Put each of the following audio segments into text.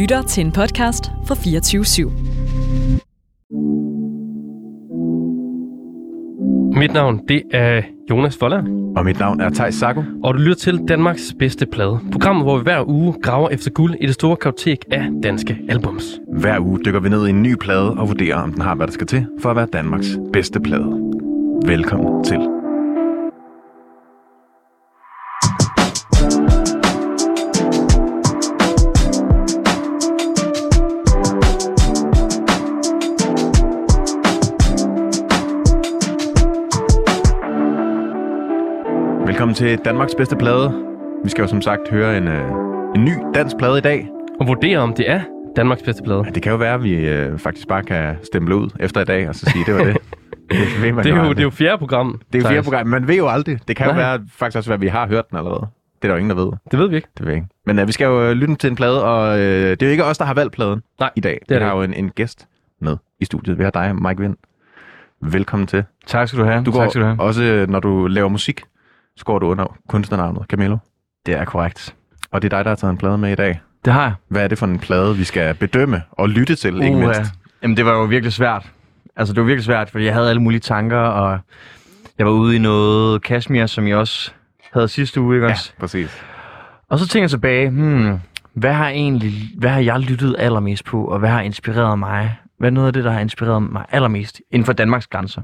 lytter til en podcast fra 24/7. Mit navn, det er Jonas Foller. Og mit navn er Theis Sago. Og du lytter til Danmarks bedste plade. Programmet, hvor vi hver uge graver efter guld i det store kartotek af danske albums. Hver uge dykker vi ned i en ny plade og vurderer, om den har, hvad der skal til for at være Danmarks bedste plade. Velkommen til. Velkommen til Danmarks bedste plade. Vi skal jo som sagt høre en ny dansk plade i dag. Og vurdere, om det er Danmarks bedste plade. Ja, det kan jo være, at vi faktisk bare kan stemple ud efter i dag, og så sige, det var det. Det er jo fjerde program. Det er jo fjerde program. Man ved jo aldrig. Det kan jo være faktisk også, at vi har hørt den allerede. Det er der jo ingen, der ved. Det ved vi ikke. Det ved jeg ikke. Men vi skal jo lytte til en plade, og det er jo ikke os, der har valgt pladen i dag. Vi har jo en gæst med i studiet. Vi har dig, Mike Vind. Velkommen til. Tak skal du have. Du går også, når du laver musik, så går du under kunstnernavnet Camelo. Det er korrekt. Og det er dig, der har taget en plade med i dag. Det har jeg. Hvad er det for en plade, vi skal bedømme og lytte til, ikke mindst? Jamen, det var jo virkelig svært. Altså, det var virkelig svært, fordi jeg havde alle mulige tanker, og jeg var ude i noget Kashmir, som jeg også havde sidste uge, ikke også? Ja, præcis. Og så tænker jeg tilbage, hvad har jeg lyttet allermest på, og hvad har inspireret mig? Hvad er noget af det, der har inspireret mig allermest inden for Danmarks grænser?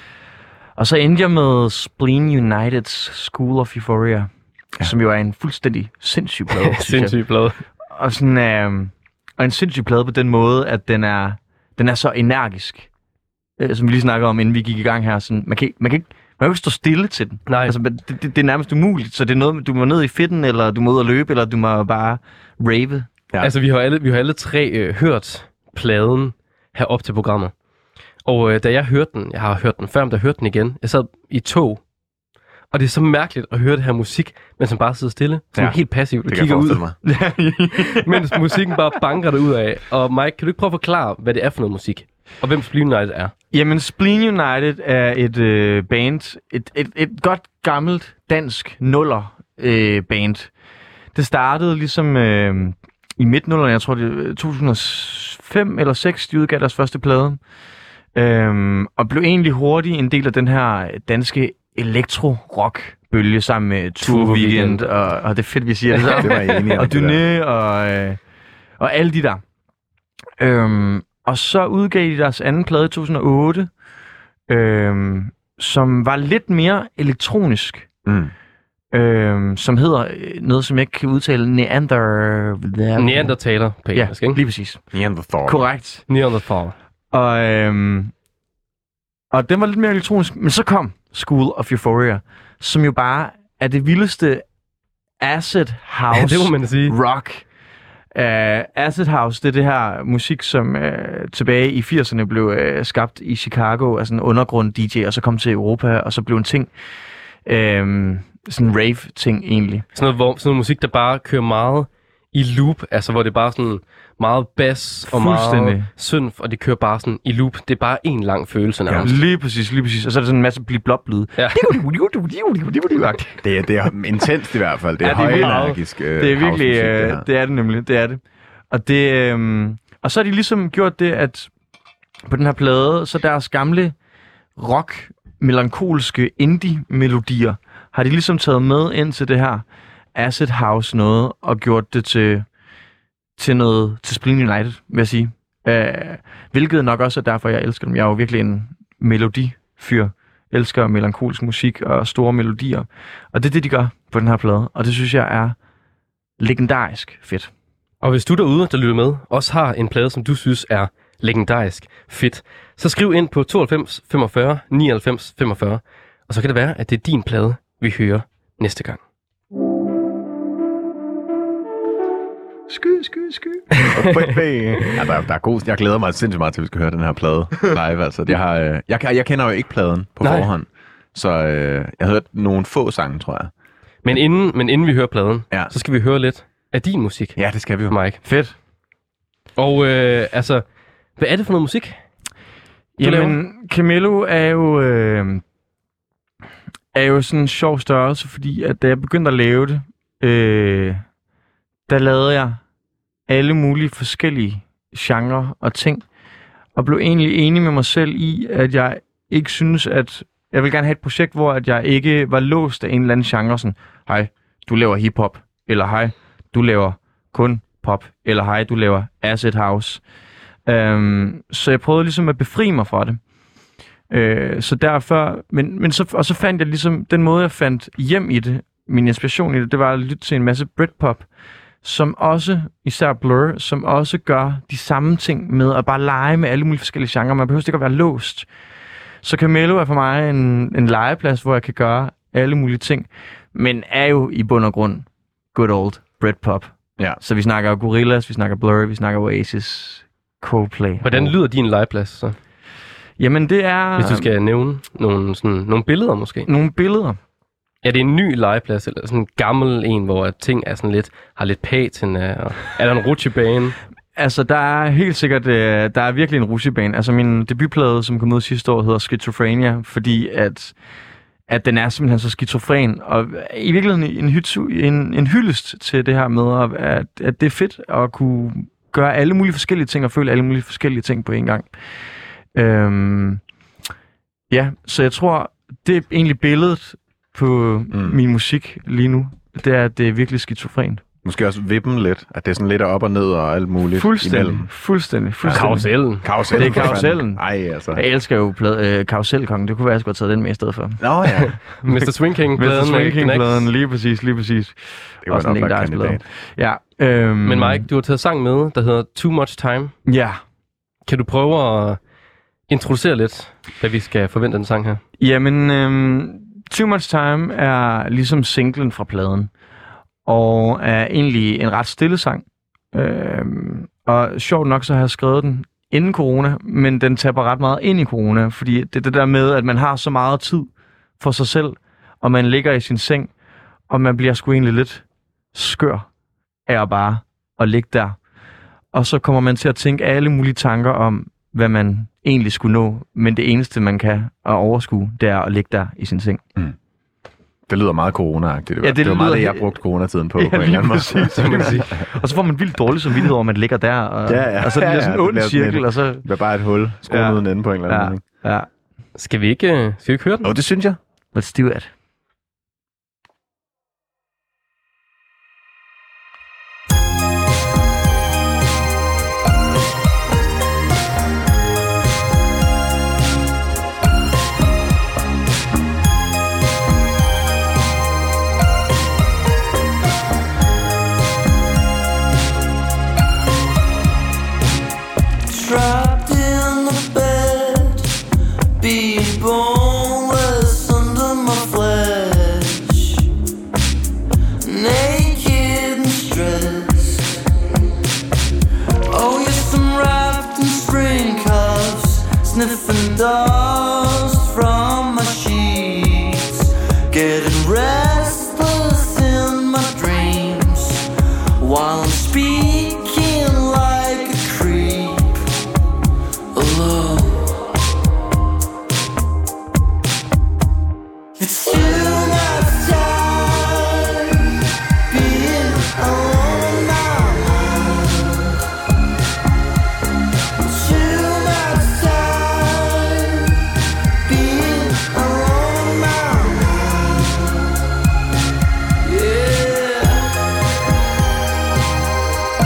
Og så endte jeg med Spleen Uniteds School of Euphoria, som jo er en fuldstændig sindssyg plade. Sindssyg plade. Og sådan, og en sindssyg plade på den måde, at den er så energisk, som vi lige snakkede om, inden vi gik i gang her. Sådan, man kan ikke stå stille til den. Nej. Altså, det er nærmest umuligt, så det er noget, du må ned i fedten, eller du må ud og løbe, eller du må bare rave. Ja. Altså, vi har alle tre hørt pladen her op til programmet. Og da jeg hørte den, jeg har hørt den før, men da jeg hørte den igen, jeg sad i tog. Og det er så mærkeligt at høre det her musik, men som bare sidder stille, som helt passivt og kigger ud. Mens musikken bare banker det ud af. Og Mike, kan du ikke prøve at forklare, hvad det er for noget musik? Og hvem Spleen United er? Jamen, Spleen United er et band, et godt gammelt dansk nuller band. Det startede ligesom i midt-nullerne, jeg tror det er 2005 eller 2006, de udgav deres første plade. Og blev egentlig hurtigt en del af den her danske elektro-rock-bølge sammen med Tour Weekend, og det er fedt, vi siger det. Det var jeg enig og Duné og alle de der. Og så udgav de deres anden plade i 2008, som var lidt mere elektronisk. Som hedder noget, som jeg ikke kan udtale, Neandertaler på engelsk, ikke? Lige præcis. Neanderthal. Korrekt. Neanderthal. Og den var lidt mere elektronisk, men så kom School of Euphoria, som jo bare er det vildeste acid house det må man sige. Rock. Acid house, det er det her musik, som tilbage i 80'erne blev skabt i Chicago af sådan en undergrund DJ, og så kom til Europa, og så blev en ting, sådan en rave-ting egentlig. Sådan noget musik, der bare kører meget i loop, altså hvor det er bare sådan meget bass og meget synth, og det kører bare sådan i loop. Det er bare en lang følelse nærmest. Ja, lige præcis. Og så er der sådan en masse blip-blop-lyd. Ja. Det er intenst i hvert fald. Det er højenergisk. Det er virkelig, det er det nemlig, det er det. Og det, og så har de ligesom gjort det, at på den her plade, så deres gamle rock, melankolske indie-melodier, har de ligesom taget med ind til det her acid house noget, og gjort det til Spleen United, vil jeg sige. Hvilket nok også er derfor, jeg elsker dem. Jeg er jo virkelig en melodifyr. Elsker melankolsk musik og store melodier. Og det er det, de gør på den her plade. Og det synes jeg er legendarisk fedt. Og hvis du derude, der lytter med, også har en plade, som du synes er legendarisk fedt, så skriv ind på 92 45 99 45, og så kan det være, at det er din plade, vi hører næste gang. Sky. Ja, der er god. Jeg glæder mig sindssygt meget til, at vi skal høre den her plade live. Altså, jeg kender jo ikke pladen på forhånd, så jeg har hørt nogle få sange, tror jeg. Men inden vi hører pladen, så skal vi høre lidt af din musik. Ja, det skal vi jo. Mike. Fedt. Og altså, hvad er det for noget musik? Jamen, Camelo er jo sådan en sjov størrelse, fordi at da jeg begyndte at lave det, der lavede jeg alle mulige forskellige genrer og ting, og blev egentlig enig med mig selv i, at jeg ikke synes, at jeg vil gerne have et projekt, hvor at jeg ikke var låst af en eller anden genre, sådan, hej, du laver hiphop, eller hej, du laver kun pop, eller hej, du laver acid house. Så jeg prøvede ligesom at befri mig fra det. Så derfor, men så fandt jeg ligesom, den måde jeg fandt hjem i det, min inspiration i det, det var at lytte til en masse Britpop, som også, især Blur, som også gør de samme ting med at bare lege med alle mulige forskellige genrer. Man behøver ikke at være låst. Så Camelo er for mig en legeplads, hvor jeg kan gøre alle mulige ting, men er jo i bund og grund good old Britpop. Ja. Så vi snakker Gorillaz, vi snakker Blur, vi snakker Oasis, Coldplay. Hvordan lyder din legeplads så? Jamen det er... Hvis du skal nævne nogle billeder måske. Nogle billeder. Er det en ny legeplads, eller sådan en gammel en, hvor ting er sådan lidt, har lidt patina, og er der en rutsjebane? Altså, der er helt sikkert, der er virkelig en rutsjebane. Altså, min debutplade, som kom ud sidste år, hedder Schizophrenia, fordi at den er simpelthen så skizofren, og i virkeligheden en hyldest til det her med, at det er fedt at kunne gøre alle mulige forskellige ting, og føle alle mulige forskellige ting på en gang. Ja, så jeg tror, det er egentlig billedet på min musik lige nu. Det er, at det er virkelig skizofrent. Måske også vippen lidt, at det er sådan lidt op og ned og alt muligt Fuldstændig. Karusellen. Det er karusellen. Ej, altså. Jeg elsker jo Karuselkongen. Det kunne være, at jeg skulle have taget den med i stedet for. Nå ja. Mr. Swing King-pladen. Lige præcis. Det var også en legendarisk ja. Men Mike, du har taget sang med, der hedder Too Much Time. Ja. Kan du prøve at introducere lidt, hvad vi skal forvente den sang her? Jamen, Too Much Time er ligesom singlen fra pladen, og er egentlig en ret stille sang. Og sjovt nok, så har jeg skrevet den inden corona, men den tapper ret meget ind i corona, fordi det er det der med, at man har så meget tid for sig selv, og man ligger i sin seng, og man bliver sgu egentlig lidt skør af at bare at ligge der. Og så kommer man til at tænke alle mulige tanker om, hvad man egentlig skulle nå, men det eneste, man kan at overskue, det er at ligge der i sin seng. Mm. Det lyder meget corona-agtigt. Det var meget det, jeg brugte coronatiden på. Ja, på en eller anden måde. Og så får man vildt dårlig samvittighed over, at man ligger der, og så bliver det sådan en ond cirkel. Og så... Det er bare et hul, skruet uden ende på en eller anden måde. Ja. Skal vi ikke høre den? Det synes jeg. Let's do it. Trapped in the bed, being boneless under my flesh, naked and stressed. Oh yes, I'm wrapped in spring cuffs, sniffing dust from my sheets, getting restless in my dreams while I'm speaking like a creep. It's too much time being on my mind. Too much time being on my mind. Yeah.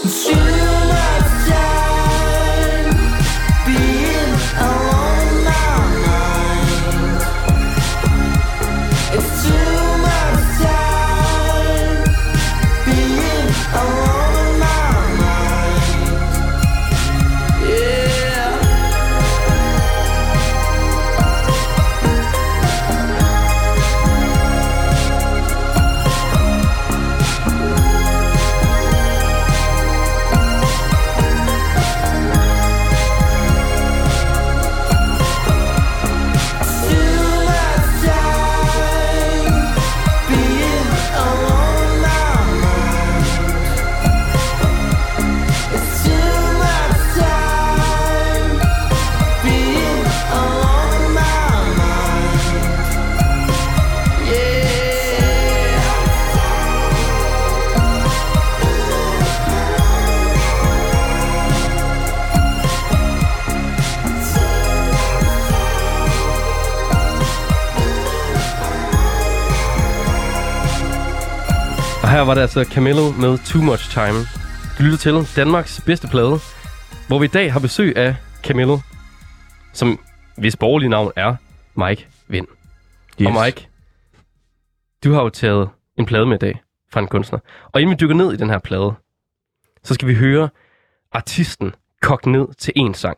Her var det altså Camillo med Too Much Time. Du lytter til Danmarks bedste plade, hvor vi i dag har besøg af Camillo, som hvis borgerlige navn er Mike Vind. Yes. Og Mike, du har jo taget en plade med i dag fra en kunstner. Og inden vi dykker ned i den her plade, så skal vi høre artisten kogt ned til én sang.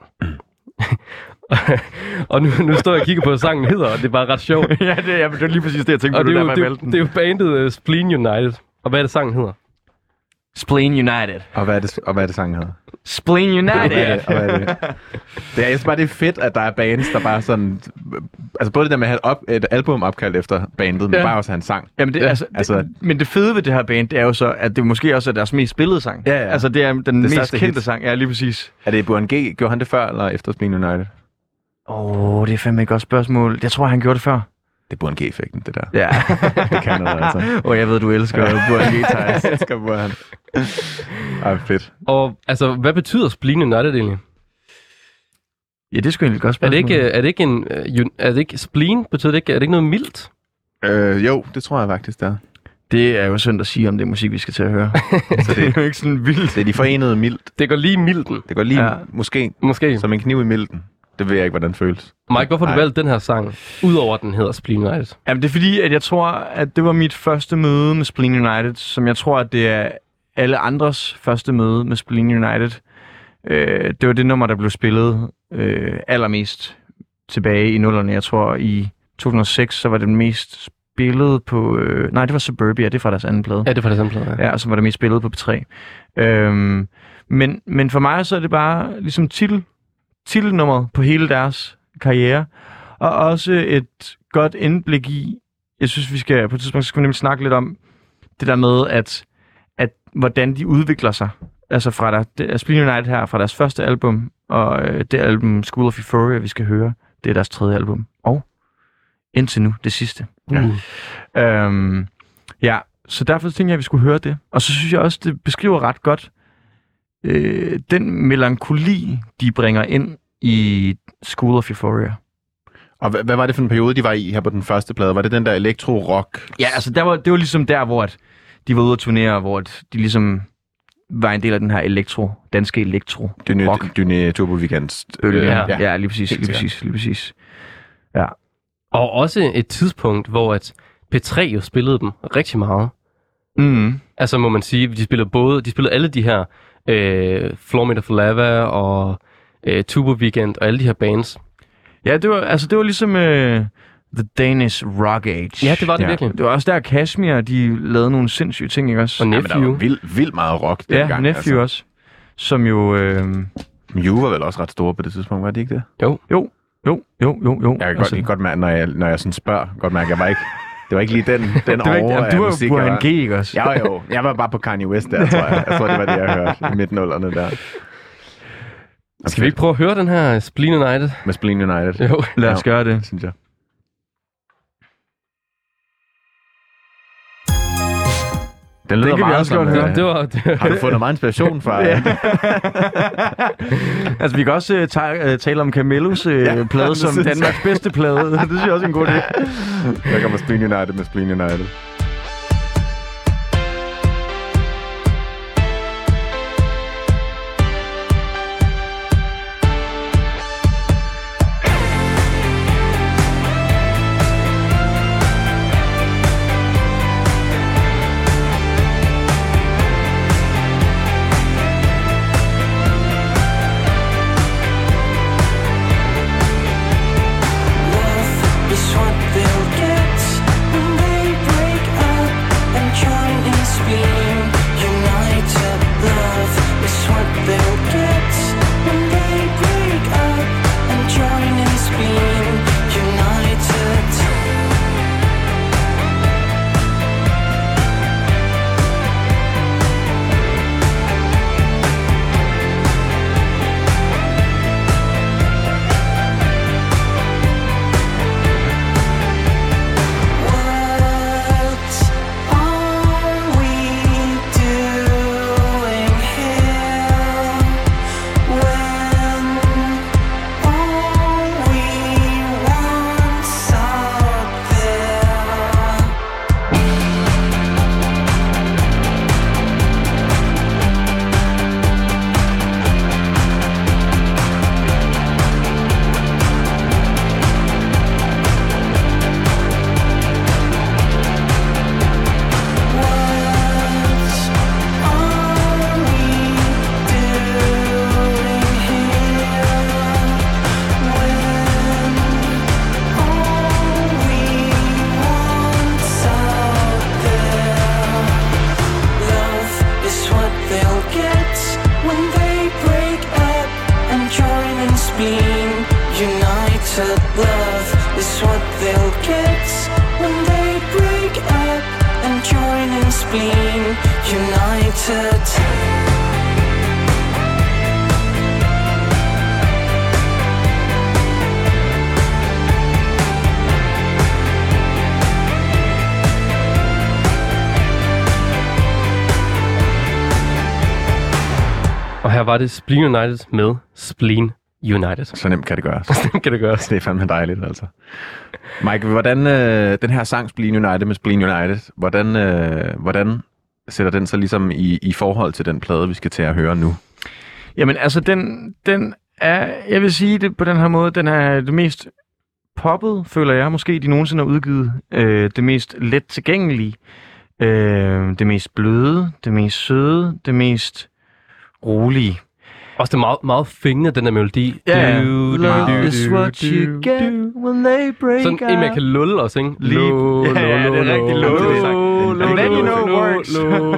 Og nu står jeg og kigger på, hvad sangen hedder, og det er bare ret sjovt. Ja, det er lige præcis det, jeg tænkte på, det er jo bandet Spleen United. Og hvad er det, sangen hedder? Spleen United. Og hvad er det, sangen hedder? Spleen United. Og hvad er det? Jeg synes bare, det er fedt, at der er bands, der bare sådan... Altså både det der med at have et album opkaldt efter bandet, men bare også have en sang. Jamen men det fede ved det her band, det er jo så, at det måske også er deres mest spillede sang. Ja. Altså det er den mest kendte sang. Ja, lige præcis. Er det Burhan G? Gjorde han det før eller efter Spleen United? Det er fandme et godt spørgsmål. Jeg tror, han gjorde det før. Det er Burhan G-effekten, det der. Ja. Det kan noget, altså. Jeg ved, du elsker Burhan G, Thijs. Jeg elsker Burhan. Fedt. Og altså, hvad betyder Spleen United egentlig? Ja, det er sgu egentlig et godt spørgsmål. Er det ikke spleen? Betyder det ikke, er det ikke noget mildt? Jo, det tror jeg faktisk, det er. Det er jo synd at sige om det musik, vi skal til at høre. Så det er jo ikke sådan vildt. Det er de forenede mildt. Det går lige milden. Det går lige, måske som en kniv i milden. Det ved jeg ikke, hvordan det føles. Mike, hvorfor har du valgt den her sang, udover at den hedder Spleen United? Jamen, det er fordi, at jeg tror, at det var mit første møde med Spleen United, som jeg tror, at det er alle andres første møde med Spleen United. Det var det nummer, der blev spillet allermest tilbage i nullerne. Jeg tror, i 2006, så var det mest spillet på... nej, det var Suburbia, det er fra deres anden plade. Ja, det var deres anden plade, ja. Og så var det mest spillet på P3. Men for mig, så er det bare ligesom titelnummeret på hele deres karriere, og også et godt indblik i, jeg synes, vi skal på et tidspunkt skal vi nemlig snakke lidt om det der med, at hvordan de udvikler sig. Altså fra Spleen United her, fra deres første album, og det album School of Euphoria, vi skal høre, det er deres tredje album. Og indtil nu, det sidste. Ja. Så derfor tænker jeg, at vi skulle høre det. Og så synes jeg også, det beskriver ret godt den melankoli, de bringer ind i School of Euphoria. Og hvad var det for en periode, de var i her på den første plade? Var det den der elektro-rock? Ja, altså det var ligesom der, hvor de var ude at turnere, hvor de ligesom var en del af den her danske elektro-rock. Dyne Turbo Weekends. Ja, lige præcis. Ja. Og også et tidspunkt, hvor at P3 jo spillede dem rigtig meget. Altså må man sige, de spillede alle de her Floor Made of Lava og Turbo Weekend og alle de her bands. Ja, det var ligesom The Danish Rock Age. Ja, det var det virkelig. Det var også der Kashmir, de lavede nogle sindssyge ting, ikke også? Og Nephew. Ja, der var vildt meget rock dengang. Ja, Nephew også. Som jo... Mew var vel også ret store på det tidspunkt, var det ikke det? Jo. Jeg kan godt mærke, når jeg sådan spørger, jeg var ikke... Det var ikke lige den over af musik. Du var en G, ikke også? Jo. Jeg var bare på Kanye West der, tror jeg. Jeg tror, det var det, jeg hørte i midt-nullerne der. Skal vi ikke prøve at høre den her Spleen United? Med Spleen United? Jo. Lad os gøre det, synes jeg. Den lyder kan vi også godt høre. Har du fundet meget inspiration fra... Altså, vi kan også tale om Camillos plade som Danmarks bedste plade. Det synes jeg også er en god idé. Der kommer Spleen United med Spleen United. United love is what they'll get when they break up and join in spleen. United. Og her var det Spleen United med Spleen United. Så nemt kan det gøres. Så nemt kan det gøres. Det er fandme dejligt, altså. Mike, hvordan den her sang Spleen United med Spleen United, hvordan sætter den sig ligesom i forhold til den plade, vi skal til at høre nu? Jamen, altså, den er, jeg vil sige det på den her måde, den er det mest poppet, føler jeg, måske de nogensinde har udgivet. Det mest let tilgængelige, det mest bløde, det mest søde, det mest rolige. Også det meget, meget fængende, den der melodi. Love is what you get when they break sådan en, man kan lulle og synge. Ja, det er rigtig lulle. And then you know works.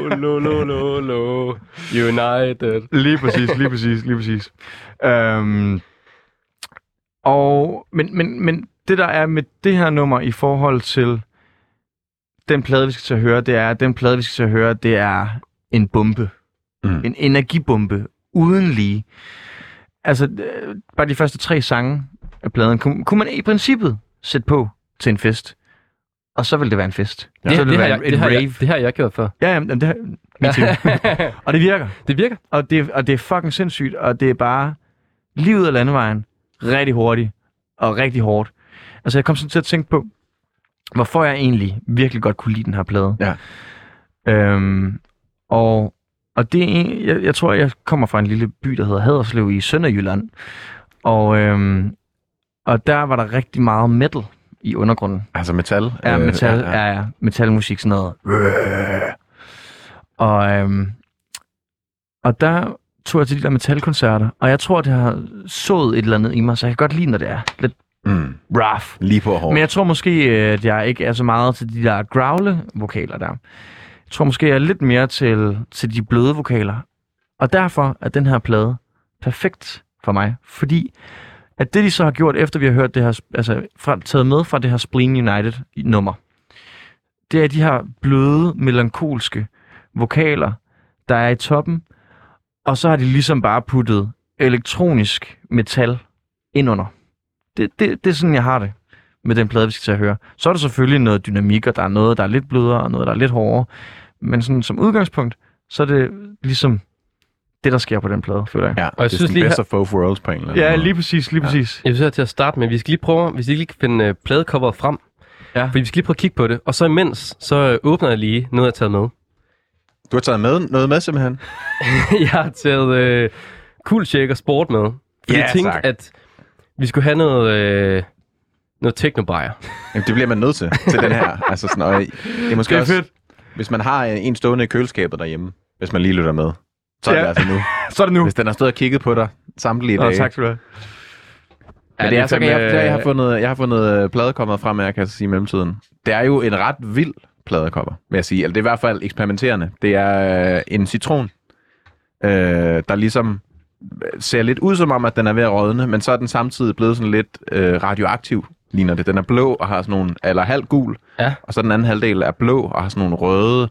United. Lige præcis. Men det der er med det her nummer i forhold til den plade, vi skal til at høre, det er en bombe. En energibombe uden lige. Altså, bare de første 3 sange af pladen, kunne man i princippet sætte på til en fest. Og så ville det være en fest. Ja, det har jeg gjort før. Ja, men det har og det virker. Det virker. Og det er fucking sindssygt, og det er bare lige ud af landevejen, rigtig hurtigt og rigtig hårdt. Altså, jeg kom sådan til at tænke på, hvorfor jeg egentlig virkelig godt kunne lide den her plade. Ja. Og det er jeg tror, jeg kommer fra en lille by, der hedder Haderslev i Sønderjylland. Og der var der rigtig meget metal i undergrunden. Altså metal? Ja, metal. Ja. Metalmusik, sådan noget. Og der tog jeg til de der metalkoncerter, og jeg tror, det har sået et eller andet i mig, så jeg kan godt lide, når det er lidt rough. Lige på hårdt. Men jeg tror måske, at jeg ikke er så meget til de der growle-vokaler der. Jeg tror måske, jeg er lidt mere til de bløde vokaler. Og derfor er den her plade perfekt for mig. Fordi at det, de så har gjort, efter vi har hørt det her, altså taget med fra det her Spleen United-nummer, det er de her bløde, melankolske vokaler, der er i toppen. Og så har de ligesom bare puttet elektronisk metal ind under. Det er sådan, jeg har det med den plade, vi skal til at høre. Så er der selvfølgelig noget dynamik, og der er noget, der er lidt blødere, og noget, der er lidt hårdere. Men sådan, som udgangspunkt, så er det ligesom det, der sker på den plade, føler jeg. Ja, og jeg synes lige best of both worlds på en eller anden måde. Ja, lige præcis. Jeg synes, til at starte med, vi skal lige prøve, hvis I lige kan finde pladecoveret frem. Ja. Fordi vi skal lige prøve at kigge på det. Og så imens, så åbner jeg lige noget, jeg har taget med. Du har taget noget med, simpelthen? Jeg har taget Cool Shaker Sport med. Fordi jeg tænkte, at vi skulle have noget technobajer. Jamen, det bliver man nødt til den her. Altså sådan, og det er måske også fedt. Hvis man har en stående i køleskabet derhjemme, hvis man lige lytter med, så er det altså nu. Så er det nu. Hvis den har stået og kigget på dig samtlige dage. Tak skal du have. Men det er så, jeg har fundet pladecover frem, jeg kan sige i mellemtiden. Det er jo en ret vild pladecover, vil jeg sige. Altså, det er i hvert fald eksperimenterende. Det er en citron, der ligesom ser lidt ud som om, at den er ved at rådne, men så er den samtidig blevet sådan lidt radioaktiv, ligner det. Den er blå og har sådan nogle, eller halvt gul, og så den anden halvdel er blå og har sådan nogle røde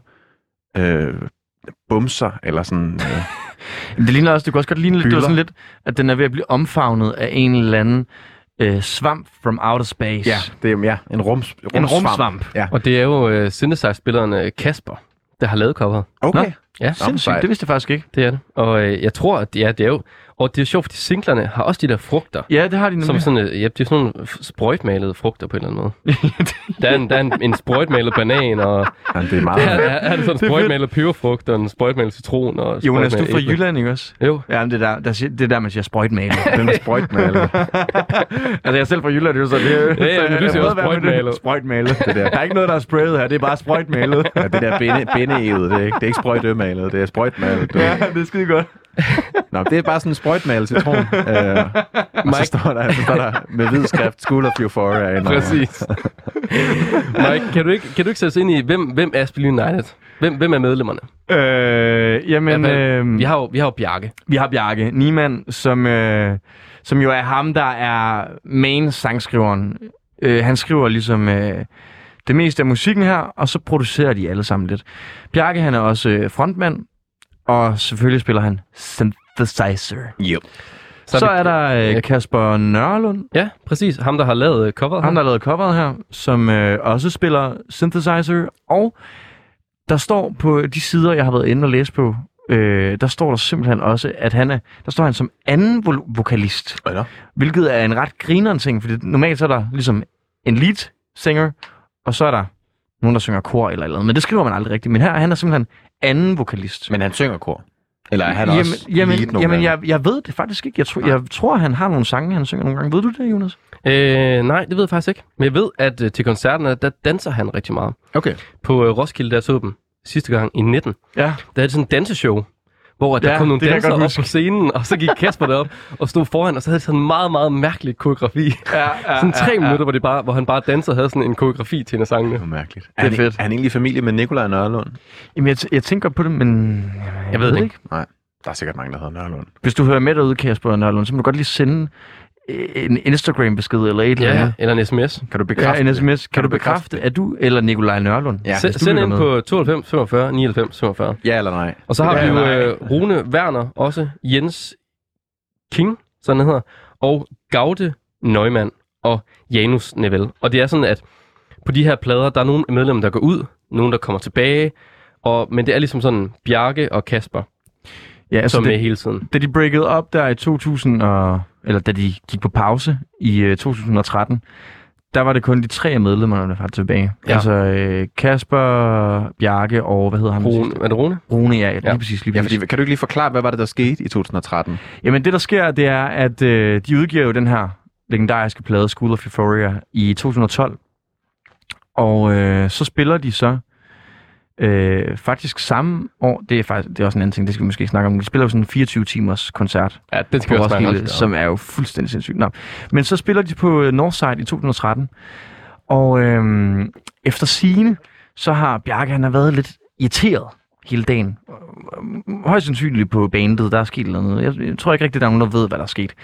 bumser, eller sådan... Det ligner også, det kunne også godt ligne lidt, det var sådan lidt, at den er ved at blive omfavnet af en eller anden svamp from outer space. Ja, det er en rumsvamp. Ja. Og det er jo synthesizer-spilleren Kasper, der har lavet coveret. Okay. Nå? Ja, sindssygt. Det vidste jeg faktisk ikke. Det er det. Og jeg tror, at det er jo... Og det er sjovt, fordi singlerne har også de der frugter. Ja, det har de nemlig. Som sådan, det er sådan nogle sprøjtmalede frugter på en eller anden måde. Der er en sprøjtmalet banan, og ja, det er meget... er det sådan en sprøjtmalet peberfrugt, og en sprøjtmalet citron, og Jonas, du er fra Jylland, ikke også? Jo. Ja, men det er der, man siger sprøjtmalet. Den er sprøjtmalet. Altså, jeg er selv fra Jylland, det er så det. Ja, du siger også sprøjtmalet. Sprøjtmalet. Der er ikke noget, der er sprayet her, det er bare sprøjtmalet. Ja, det der bindeevet, det er ikke sprøjtømalet, det er sprøjtmalet. Ja, det er skide godt. Nå, det er bare sådan en sprøjtmalet citron. Og så står der med hvid skrift, School of Euphoria. Præcis. Mike, kan du ikke sætte os ind i, hvem er Spil United? Hvem er medlemmerne? Vi har jo Bjarke. Vi har Bjarke Niemann, som jo er ham, der er main sangskriveren. Han skriver ligesom det meste af musikken her, og så producerer de alle sammen lidt. Bjarke, han er også frontmand, og selvfølgelig spiller han synthesizer. Yep. Så er der Kasper Nørlund. Ja, præcis. Ham, der har lavet coveret her. Ham, der har lavet coveret her, som også spiller synthesizer. Og der står på de sider, jeg har været inde og læse på, der står der simpelthen også, at der står han som anden vokalist. Hvilket er en ret grineren ting, fordi normalt så er der ligesom en lead singer, og så er der nogen, der synger kor eller noget. Men det skriver man aldrig rigtigt. Men her han er simpelthen anden vokalist. Men han synger kor? Eller er han også Jamen, jeg ved det faktisk ikke. Jeg tror, han har nogle sange, han synger nogle gange. Ved du det, Jonas? Nej, det ved jeg faktisk ikke. Men jeg ved, at til koncerterne, der danser han rigtig meget. Okay. På Roskilde, der så dem sidste gang i 19. Ja. Der er det sådan en danseshow, hvor der kom nogle dansere op på scenen, og så gik Kasper derop og stod foran, og så havde sådan en meget, meget mærkelig koreografi. Sådan 3 minutter, hvor han bare dansede og havde sådan en koreografi til en af sangene. Det er mærkeligt. Det er fedt. Er han egentlig i familie med Nikolaj Nørlund? Jamen, jeg tænker på det, men jeg ved det ikke. Nej, der er sikkert mange, der hedder Nørlund. Hvis du hører med derude, Kasper Nørlund, så må du godt lige sende en Instagram-besked eller et eller andet. Eller en sms. Kan du bekræfte en sms. Kan du bekræfte, at du eller Nikolaj Nørlund? Ja. Send ind på 92 45 99 45. Ja eller nej. Og så har vi jo Rune Werner, også Jens King, sådan han hedder, og Gaude Neumann og Janus Neville. Og det er sådan, at på de her plader, der er nogle medlemmer, der går ud, nogle, der kommer tilbage, men det er ligesom sådan Bjarke og Kasper, altså som er hele tiden. Da de breakede op der i 2000, eller da de gik på pause i 2013, der var det kun de 3 medlemmer, der var tilbage. Ja. Altså Kasper, Bjarke og, hvad hedder han? Rune, er det Rune? Rune, ja, lige præcis. Ja, fordi, kan du ikke lige forklare, hvad var det, der skete i 2013? Jamen det, der sker, det er, at de udgiver jo den her legendariske plade, School of Euphoria, i 2012. Og så spiller de så faktisk samme år, det er også en anden ting, det skal vi måske ikke snakke om, de spiller jo sådan en 24 timers koncert. Ja, det skal vi også snakke om. Som er jo fuldstændig sindssygt. Nå. Men så spiller de på Northside i 2013, og efter sigende, så har Bjarke, han har været lidt irriteret hele dagen. Højst sandsynligt på bandet, der er sket noget. Jeg tror ikke rigtigt, der er nogen, der ved, hvad der er sket.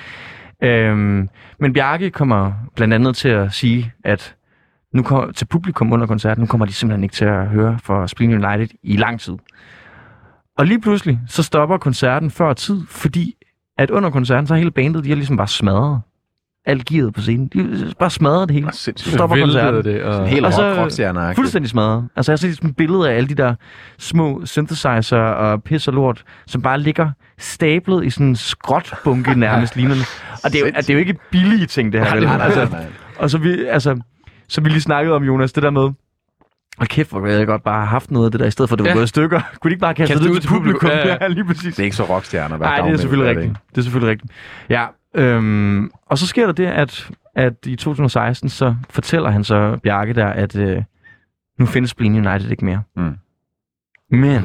Men Bjarke kommer blandt andet til at sige, at nu til publikum under koncerten, nu kommer de simpelthen ikke til at høre for Spleen United i lang tid. Og lige pludselig, så stopper koncerten før tid, fordi at under koncerten, så er hele bandet, de har ligesom bare smadret alt gearet på scenen. De har bare smadret det hele. Så stopper koncerten. Det, og helt rockstjerner. Fuldstændig smadret. Altså jeg har set sådan et billede af alle de der små synthesizer og pis og lort, som bare ligger stablet i sådan en skrotbunke nærmest lignende. Og det er jo ikke billige ting, det her. Nej. Og så vi lige snakkede om, Jonas, det der med, og kæft, hvor jeg godt bare have haft noget af det der, i stedet for, at det var gået i stykker. Kunne de ikke bare kaste det ud til publikum? Ja, lige præcis. Det er ikke så rockstjerner. Nej, det er selvfølgelig rigtigt. Ja, og så sker der det, at i 2016, så fortæller han så Bjarke der, at nu findes Spleen United ikke mere. Mm. Men,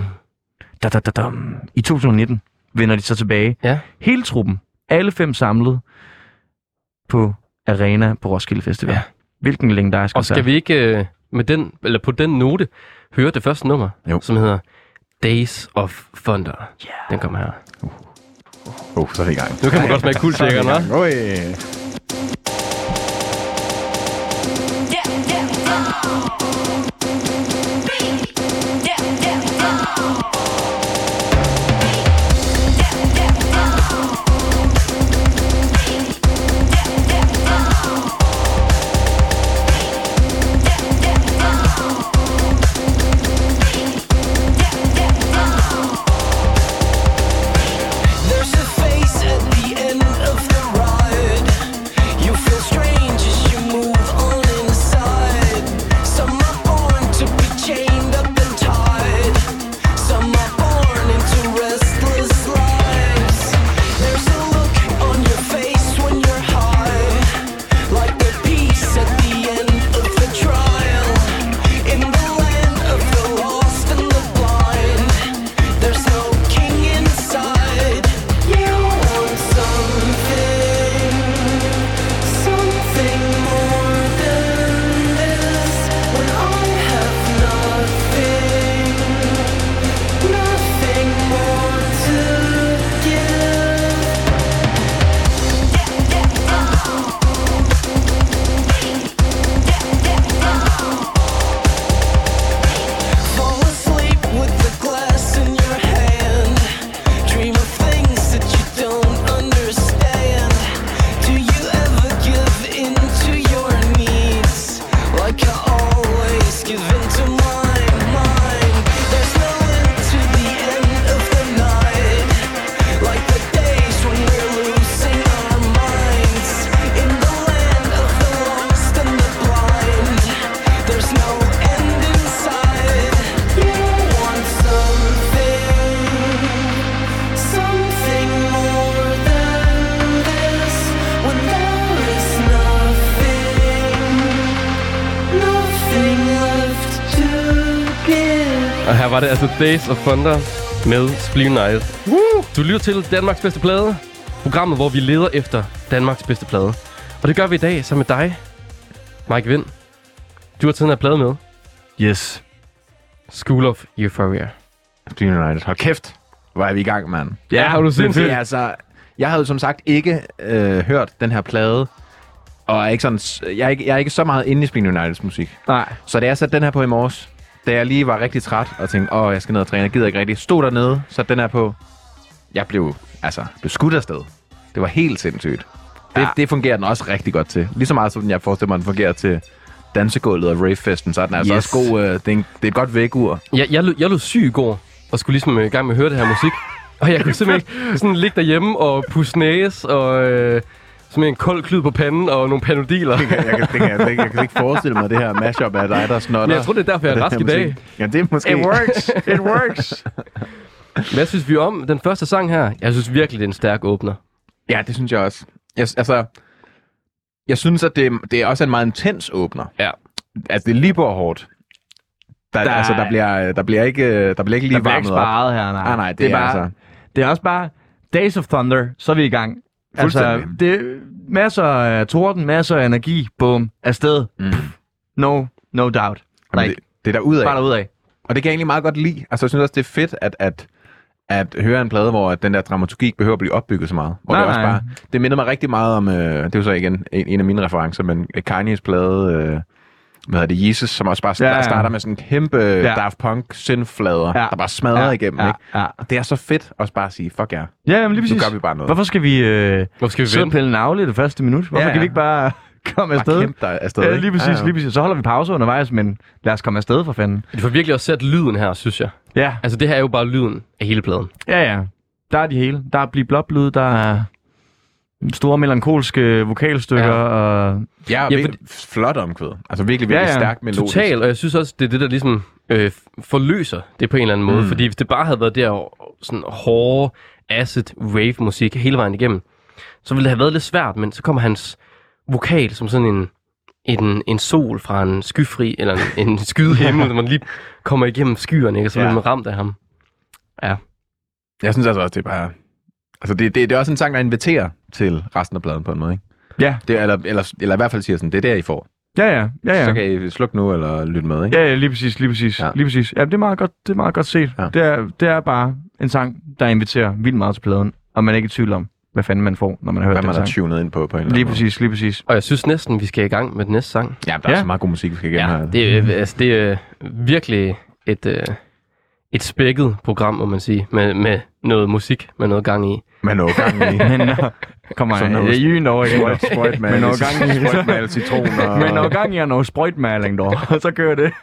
i 2019 vender de så tilbage. Ja. Hele truppen, alle 5 samlet på Arena på Roskilde Festival. Ja. Hvilken legendarisk koncert. Og skal vi ikke på den note høre det første nummer, som hedder Days of Thunder. Yeah. Den kommer her. Så er det i gang. Nu kan man godt smage kuldsjækkeren, hva'? To Her var det altså Days of Thunder med Spleen United. Du lytter til Danmarks bedste plade. Programmet, hvor vi leder efter Danmarks bedste plade. Og det gør vi i dag sammen med dig, Mike Vind. Du har taget den her plade med. Yes. School of Euphoria. Spleen United. Hold kæft. Hvor er vi i gang, mand. Ja, har du set det? Altså, jeg havde som sagt ikke hørt den her plade. Og er ikke sådan, jeg er ikke så meget inde i Spleen Uniteds musik. Nej. Så da jeg satte den her på i morges, da jeg lige var rigtig træt og tænkte, jeg skal ned og træne, jeg gider ikke rigtig. Stod dernede, satte den her på. Jeg blev skudt afsted. Det var helt sindssygt. Det fungerer den også rigtig godt til. Lige så meget som jeg forestiller mig, den fungerer til dansegulvet og ravefesten, så er den altså også god. Det er et godt vægur. Jeg lå syg i går, og skulle ligesom i gang med at høre det her musik. Og jeg kunne simpelthen ikke sådan ligge derhjemme og pusse næse, og sådan en kold klud på panden og nogle panodiler. Jeg kan ikke forestille mig det her mashup af dig, der snotter. Jeg tror, det er derfor, jeg er rask i dag. Ja, det er måske... It works. Hvad synes vi om den første sang her? Jeg synes virkelig, det er en stærk åbner. Ja, det synes jeg også. Jeg synes, at det er også en meget intens åbner. Ja. Altså, det er lige på hårdt. Der bliver ikke lige varmet op. Der bliver ikke sparet her, nej. Nej, det er bare... Altså... Det er også bare Days of Thunder, så er vi i gang. Altså, det er masser af torden, masser af energi, bum, afsted. No doubt. Like, det er derudad. Bare derudad. Og det kan jeg egentlig meget godt lide. Altså, jeg synes også, det er fedt, at høre en plade, hvor den der dramaturgi ikke behøver at blive opbygget så meget. Hvor det også bare... Det minder mig rigtig meget om... det er jo så igen en af mine referencer, men Kanye's plade... hvad hedder det, Jesus, som også bare starter med sådan en kæmpe Daft Punk synthflader, der bare smadrer igennem, ikke? Ja. Og det er så fedt også bare at sige, fuck ja. Ja, men lige præcis. Nu gør vi bare noget. Hvorfor skal vi sidde og pille navle i det første minut? Hvorfor kan vi ikke bare komme afsted? Bare kæmpe dig afsted, ja, lige præcis. Så holder vi pause undervejs, men lad os komme afsted for fanden. Det får virkelig også sat lyden her, synes jeg. Ja. Altså, det her er jo bare lyden af hele pladen. Ja. Der er de hele. Der er blip-blop-lyd, der er... store melankolske vokalstykker og... Ja, flot omkvæd. Altså virkelig stærkt melodisk. Total, og jeg synes også, det er det, der ligesom forløser det på en eller anden måde. Fordi hvis det bare havde været der sådan hårde, acid rave-musik hele vejen igennem, så ville det have været lidt svært, men så kommer hans vokal som sådan en sol fra en skyfri, eller en skyde himmel, når man lige kommer igennem skyerne, ikke? Og så bliver man ramt af ham. Ja. Jeg synes altså også, det er bare... Altså, det er også en sang, der inviterer til resten af pladen på en måde, ikke? Ja. Det, eller i hvert fald siger sådan, det er der, I får. Ja. Så kan I slukke nu, eller lytte med, ikke? Ja, lige præcis. Ja. Lige præcis. Ja, det er meget godt set. Ja. Det er bare en sang, der inviterer vildt meget til pladen, og man er ikke i tvivl om, hvad fanden man får, når man har hørt den sang. Hvad man har tunet ind på en eller anden måde. Lige præcis. Og jeg synes næsten, vi skal i gang med den næste sang. Ja, der er så meget god musik, vi skal igennem her. Det er virkelig et spækket program, må man sige, med noget musik, med noget gang i. Med noget gang i. Kommer jeg jyn over igen. Med noget gang i. Sprøjtmal, citroner. Med noget gang i og noget sprøjtmaling, dog. Og så kører det.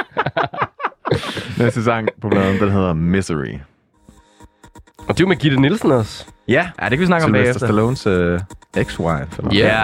Næste sang på bladen, den hedder Misery. Og det er jo med Gitte Nielsen også. Ja, det kan vi snakke om bagefter. Sylvester Stallones ex-wife. Ja.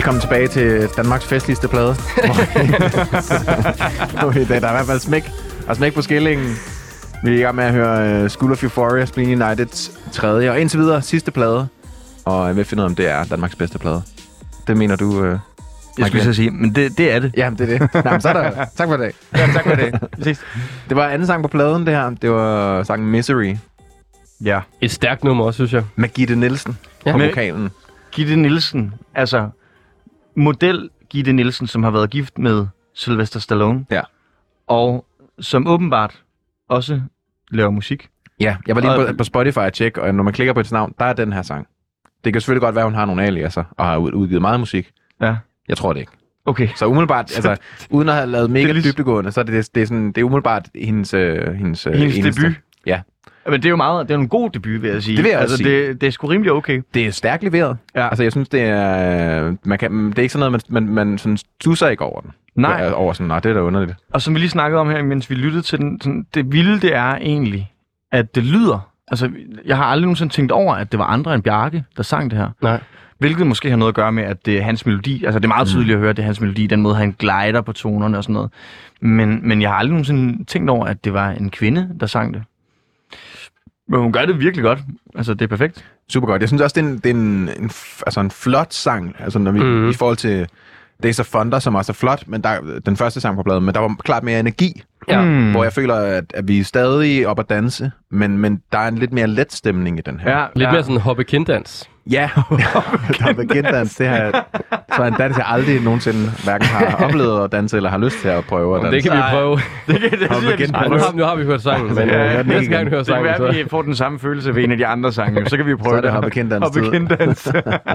Velkommen tilbage til Danmarks festligste plade. Der er i hvert fald smæk på skillingen. Vi er i gang med at høre School of Euphoria, Spleen Uniteds tredje, og indtil videre sidste plade. Og jeg vil finde ud af, om det er Danmarks bedste plade. Det mener du, jeg skulle så sige, men det er det. Jamen, det er det. Nej, men så er der. Tak for i dag. Ja, tak for det. Det var anden sang på pladen, det her. Det var sangen Misery. Ja. Et stærkt nummer også, synes jeg. Med Gitte Nielsen på vokalen. Gitte Nielsen, altså model Gitte Nielsen, som har været gift med Sylvester Stallone. Ja. Og som åbenbart også laver musik. Ja, jeg var lige på Spotify at tjekke, og når man klikker på et navn, der er den her sang. Det kan selvfølgelig godt være, hun har nogle aliaser og har udgivet meget musik. Ja. Jeg tror det ikke. Okay. Så umiddelbart, altså, uden at have lavet mega dybdegående, så er det er umiddelbart hendes debut. Ja. Men det er jo meget, det er en god debut, vil jeg sige. Det vil jeg også sige. Det er sgu rimelig okay. Det er stærkt leveret. Ja. Altså, jeg synes, det er... det er ikke sådan noget, man sådan stusser ikke over den. Nej. Over sådan, det er da underligt. Og som vi lige snakkede om her, mens vi lyttede til den, sådan, det vilde det er egentlig, at det lyder... Altså, jeg har aldrig nogensinde tænkt over, at det var andre end Bjarke, der sang det her. Nej. Hvilket måske har noget at gøre med, at det er hans melodi. Altså, det er meget tydeligt at høre, at det er hans melodi. Den måde, han glider på tonerne og sådan noget. Men jeg har aldrig nogensinde tænkt over, at det var en kvinde, der sang det. Men hun gør det virkelig godt. Altså, det er perfekt. Super godt. Jeg synes også, det er en flot sang. Altså, når vi i forhold til Days of Thunder, som også er flot, men den første sang på pladen, men der var klart mere energi. Ja. Hvor jeg føler, at vi er stadig op at danse, men der er en lidt mere let stemning i den her. Ja, lidt mere sådan en hoppe-kinddans. Ja, der er kinddans. Det her, så en dans, jeg aldrig nogensinde hverken har oplevet at danse, eller har lyst til at prøve at danse. Det kan vi prøve. Nu har vi hørt sangen, men næste gang vi hører sangen. Det kan være, at vi får den samme følelse ved en af de andre sange, så kan vi prøve det. Hoppe-kinddans.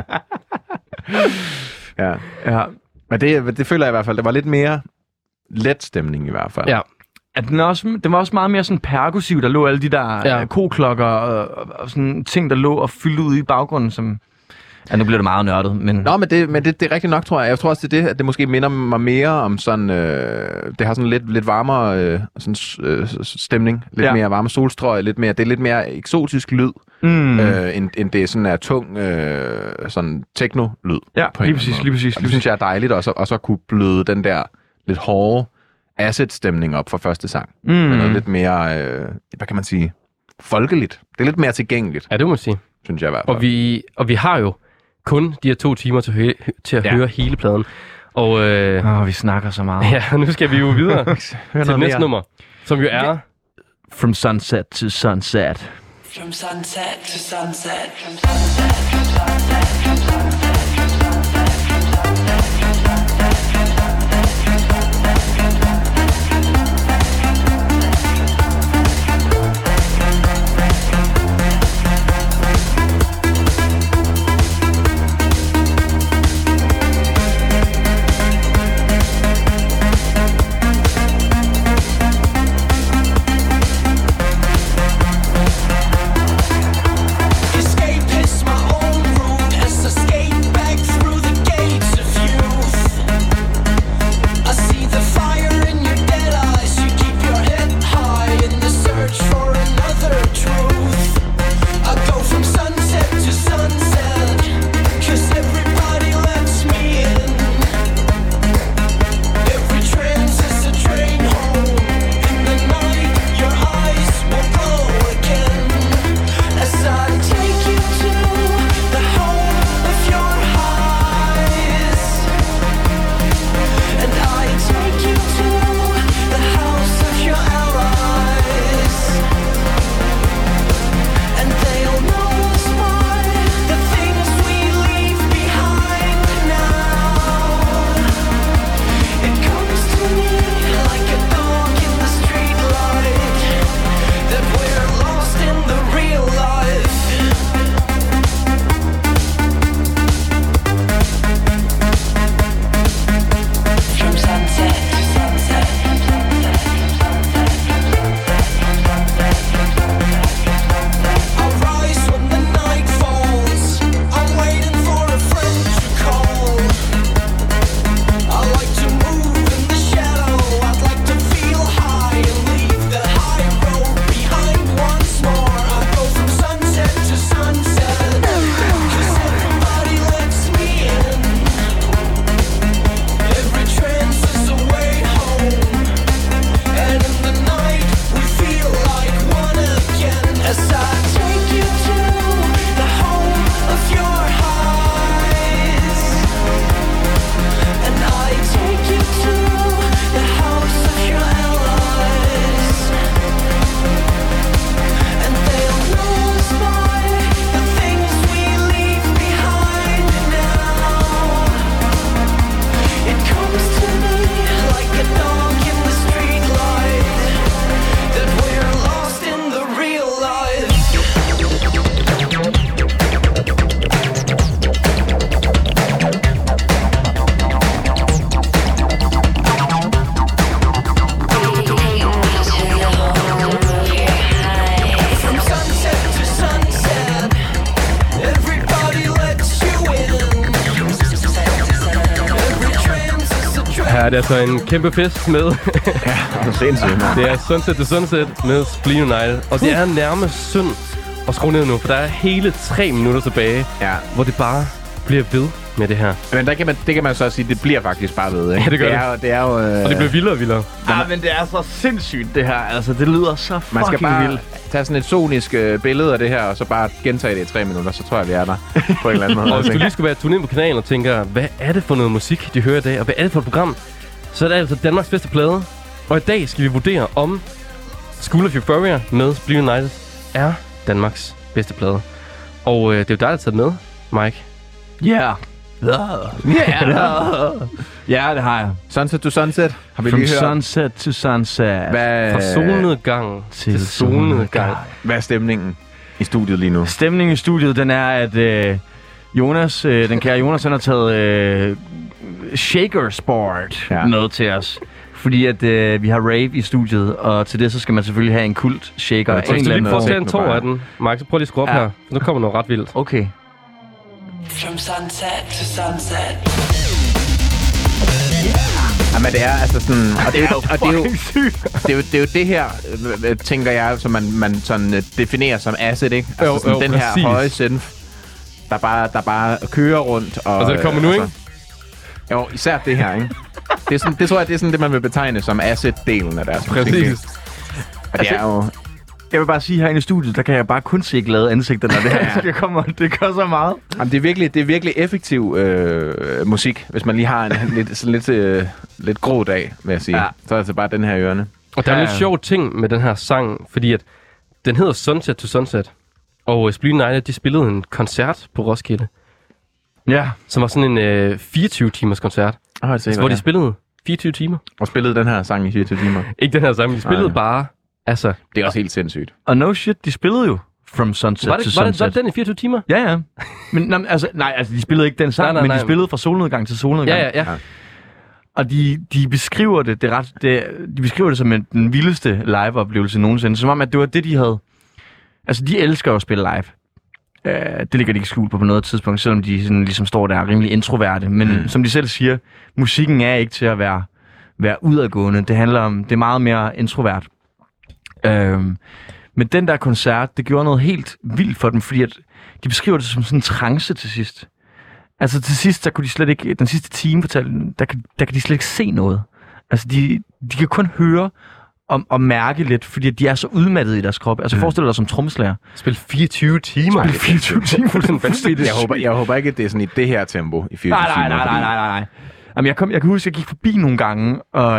Ja. Men det føler jeg i hvert fald, det var lidt mere let stemning i hvert fald. Ja. At den var også meget mere sådan perkussiv, der lå alle de der koklokker og sådan ting, der lå og fyldte ud i baggrunden, som... Ja, nu bliver det meget nørdet, men... Nå, men det er rigtigt nok, tror jeg. Jeg tror også, det er det, at det måske minder mig mere om sådan... det har sådan lidt varmere stemning. Lidt mere varme solstrøg, det er lidt mere eksotisk lyd, end det sådan er tung sådan techno-lyd. Ja, lige præcis. Det synes jeg er dejligt også at kunne bløde den der lidt hårde acid-stemning op fra første sang. Men noget lidt mere, hvad kan man sige, folkeligt. Det er lidt mere tilgængeligt. Ja, det må man sige. Synes jeg i hvert fald. Og vi har jo kun de her 2 timer til at høre hele pladen. Og vi snakker så meget. Ja, nu skal vi jo videre til næste nummer, som jo er... From Sunset to Sunset. From sunset to sunset. From sunset to sunset. From sunset to sunset. Escape is my own route as escape det er altså en kæmpe fest med... Ja, sindssygt, man. Det er Sunset to Sunset med Spleen United. Og det er nærmest synd at skrue ned nu, for der er hele 3 minutter tilbage, hvor det bare bliver ved med det her. Men det kan man så sige, det bliver faktisk bare ved, ikke? Ja, det gør det. Er jo, og det bliver vildere og vildere. Men det er så sindssygt, det her. Altså, det lyder så fucking vildt. Man skal bare tage sådan et sonisk billede af det her, og så bare gentage det i 3 minutter, så tror jeg, vi er der på en eller anden måde. Og hvis du lige skulle være tunet ind på kanalen og tænker, hvad er det for noget musik, de hører i dag, og hvad er det for et program, så er det altså Danmarks bedste plade. Og i dag skal vi vurdere, om School of Euphoria med Spleen United er Danmarks bedste plade. Og det er jo dig, der har taget med, Mike. Ja, det har jeg. Sunset to Sunset, har vi From lige hørt. Sunset to Sunset. Fra solnedgang til solnedgang. Hvad er stemningen i studiet lige nu? Stemningen i studiet, den er, at Jonas, den kære Jonas, han har taget Shaker Sport med til os. Fordi at vi har rave i studiet, og til det så skal man selvfølgelig have en kult shaker. Og hvis du lige får tage en tår af den, Mike, så prøv lige at skrue op her. Nu kommer noget ret vildt. Okay. From sunset to sunset. Jamen det er altså sådan, og det er jo det her, tænker jeg, som man sådan definerer som acid, ikke? Altså sådan den præcis. her høje synth, der bare kører rundt. Og så det kommer nu, ikke? Jo, især det her, ikke? Det tror jeg, det er sådan det, man vil betegne som acid-delen af deres musik. Præcis. Og det er jo... Jeg vil bare sige, herinde i studiet, der kan jeg bare kun se glade ansigter, når det her det gør så meget. Jamen, det er virkelig effektiv musik, hvis man lige har en lidt grå dag, vil jeg sige. Ja. Så er det bare den her ørerne. Og der er en lidt sjov ting med den her sang, fordi at den hedder Sunset to Sunset. Og Spleen United, de spillede en koncert på Roskilde. Ja. Som var sådan en 24-timers koncert. Hvor de spillede 24 timer. Og spillede den her sang i 24 timer. Ikke den her sang, men de spillede bare... Altså, det er også helt sindssygt. Og no shit, de spillede jo From Sunset to Sunset. Var det den i 24 timer? Ja. Men de spillede ikke den sang, nej. Men de spillede fra solnedgang til solnedgang. Ja. Og de beskriver de beskriver det som den vildeste live-oplevelse nogensinde. Som om, at det var det, de havde... Altså, de elsker jo at spille live. Det ligger de ikke skjult på noget tidspunkt, selvom de sådan, ligesom står der rimelig introverte. Men som de selv siger, musikken er ikke til at være udadgående. Det handler om... Det er meget mere introvert. Men den der koncert, det gjorde noget helt vildt for dem, fordi at de beskriver det som sådan en trance til sidst. Altså til sidst, der kunne de slet ikke, den sidste time fortalte, der kan de slet ikke se noget. Altså de kan kun høre og mærke lidt, fordi de er så udmattede i deres krop. Altså forestil dig som trommeslager. Spil 24 timer. Spil 24 timer. Jeg håber ikke, at det er sådan i det her tempo i 24 timer. Nej. Jamen, jeg kan huske, at jeg gik forbi nogle gange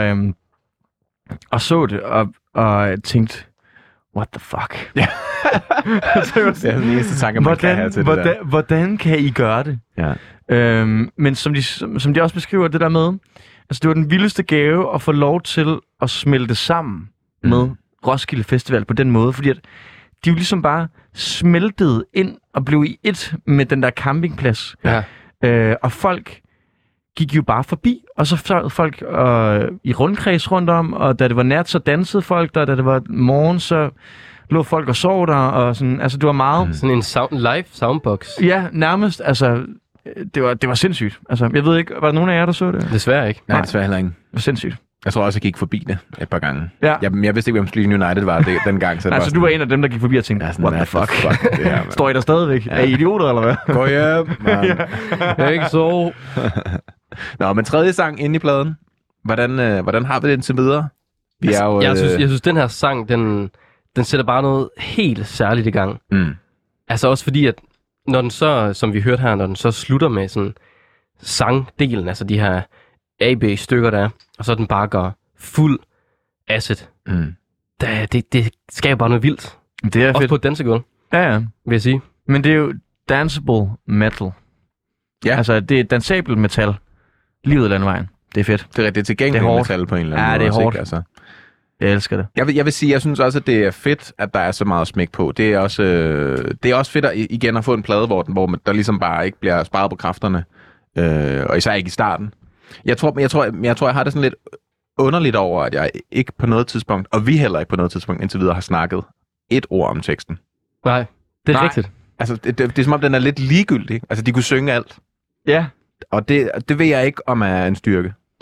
og så det, og tænkte, what the fuck? Ja. Det er den eneste tanke, man kan have til det der. Hvordan kan I gøre det? Ja. Men som de også beskriver det der med, altså det var den vildeste gave at få lov til at smelte sammen med Roskilde Festival på den måde, fordi at de jo ligesom bare smeltede ind og blev i et med den der campingplads. Ja. Og folk gik jo bare forbi, og så sad folk i rundkreds rundt om, og da det var nat, så dansede folk der, da det var morgen, så lå folk og sov der, og sådan, altså det var meget... Sådan en live soundbox. Ja, nærmest, altså, det var sindssygt. Altså, jeg ved ikke, var der nogen af jer, der så det? Desværre ikke. Nej, desværre heller ikke. Det var sindssygt. Jeg tror også, jeg gik forbi det et par gange. Ja. Jeg vidste ikke, hvem Spleen United var det, dengang. Så altså, du var en af dem, der gik forbi og tænkte, what the fuck? Det her, står I der stadigvæk? Ja. Er I idioter, eller hvad? Gå hjem, man. Jeg er ikke så... Nå, men tredje sang inde i pladen. Hvordan har vi den til videre? Vi er jo, jeg synes, den her sang, den sætter bare noget helt særligt i gang. Altså også fordi, at når den så, som vi hørte her, når den så slutter med sådan sangdelen, altså de her A-B-stykker der er, og så den bare går fuld acid. Det skaber bare noget vildt. Det er også fedt. på et dansegulv. Ja. Vil jeg sige. Men det er jo danceable metal. Ja. Altså, det er dansabel metal. Livet af landvejen. Det er fedt. Det er tilgængeligt metal på en eller anden måde. Ja, det er hårdt. Altså. Jeg elsker det. Jeg vil sige, jeg synes også, at det er fedt, at der er så meget smæk på. Det er også fedt at få en plade, hvor der ligesom bare ikke bliver sparet på kræfterne. Og især ikke i starten. Jeg tror, jeg har det sådan lidt underligt over, at jeg ikke på noget tidspunkt, og vi heller ikke på noget tidspunkt indtil videre har snakket et ord om teksten. Nej, det er rigtigt. Altså, det er som om, den er lidt ligegyldig. Altså, de kunne synge alt. Ja. Og det ved jeg ikke, om er en styrke.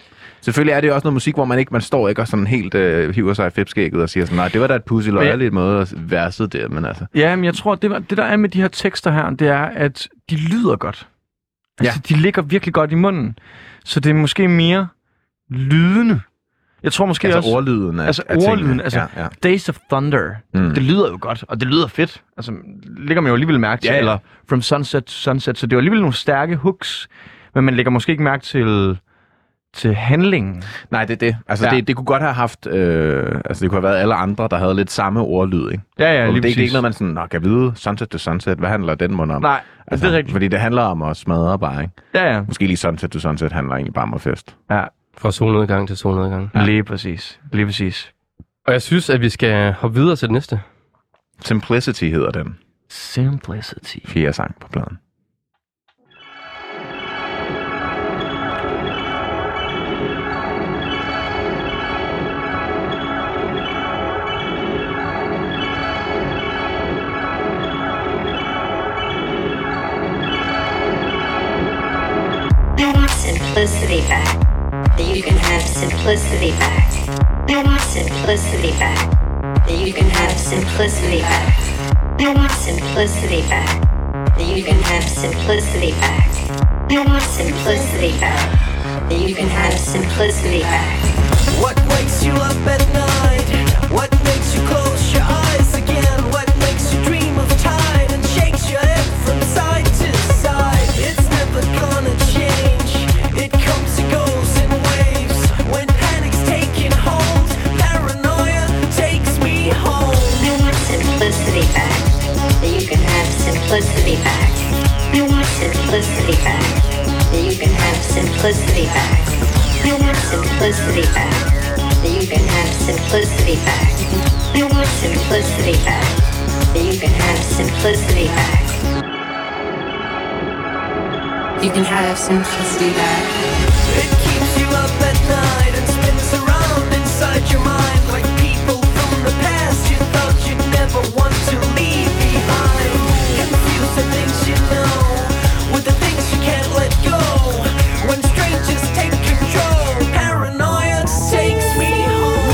Selvfølgelig er det jo også noget musik, hvor man står ikke og sådan helt hiver sig i fipskægget og siger sådan, nej, det var da et pusseløjerligt måde at verset der, men altså. Ja, men jeg tror, det der er med de her tekster her, det er, at de lyder godt. Altså, de ligger virkelig godt i munden. Så det er måske mere lydende. Jeg tror måske altså også... ordlyden ordlyden. Altså, Days of Thunder. Det lyder jo godt, og det lyder fedt. Altså, lægger man jo alligevel mærke til. Eller From Sunset to Sunset. Så det er jo alligevel nogle stærke hooks, men man lægger måske ikke mærke til handlingen. Nej, det er det. Altså, det kunne godt have haft... altså, det kunne have været alle andre, der havde lidt samme ordlyd, ikke? Ja, lige det er ikke noget, man sådan... Nå, kan vide Sunset to Sunset, hvad handler den mund om? Nej, altså, det er rigtigt. Fordi det handler om at smadre bare, ikke? Ja. Måske lige Sunset to Sunset handler egentlig bare om at fest. Ja. Fra solnedgang til solnedgang. Ja. Lige præcis. Og jeg synes, at vi skal hoppe videre til det næste. Simplicity hedder den. Simplicity. 4. sang på pladen. Simplicity back. That you can have simplicity back. I want simplicity back. That you can have simplicity back. I want simplicity back. That you can have simplicity back. I want simplicity back. That you can have simplicity back. What wakes you up at night? What makes you close your eyes again? What makes you dream of tide and shakes your head from side to side? It's never gonna change. It comes and goes in waves. When panic's taking hold, paranoia takes me home. I want simplicity back. That you can have simplicity back. I want simplicity back. That you can have simplicity back. I want simplicity back. That you can have simplicity back. I want simplicity back. That you can have simplicity back. You can have simplicity back. It keeps you up at night and spins around inside your mind like people from the past you thought you'd never want to leave behind. Confuse the things you know with the things you can't let go. When strangers take control, paranoia takes me home.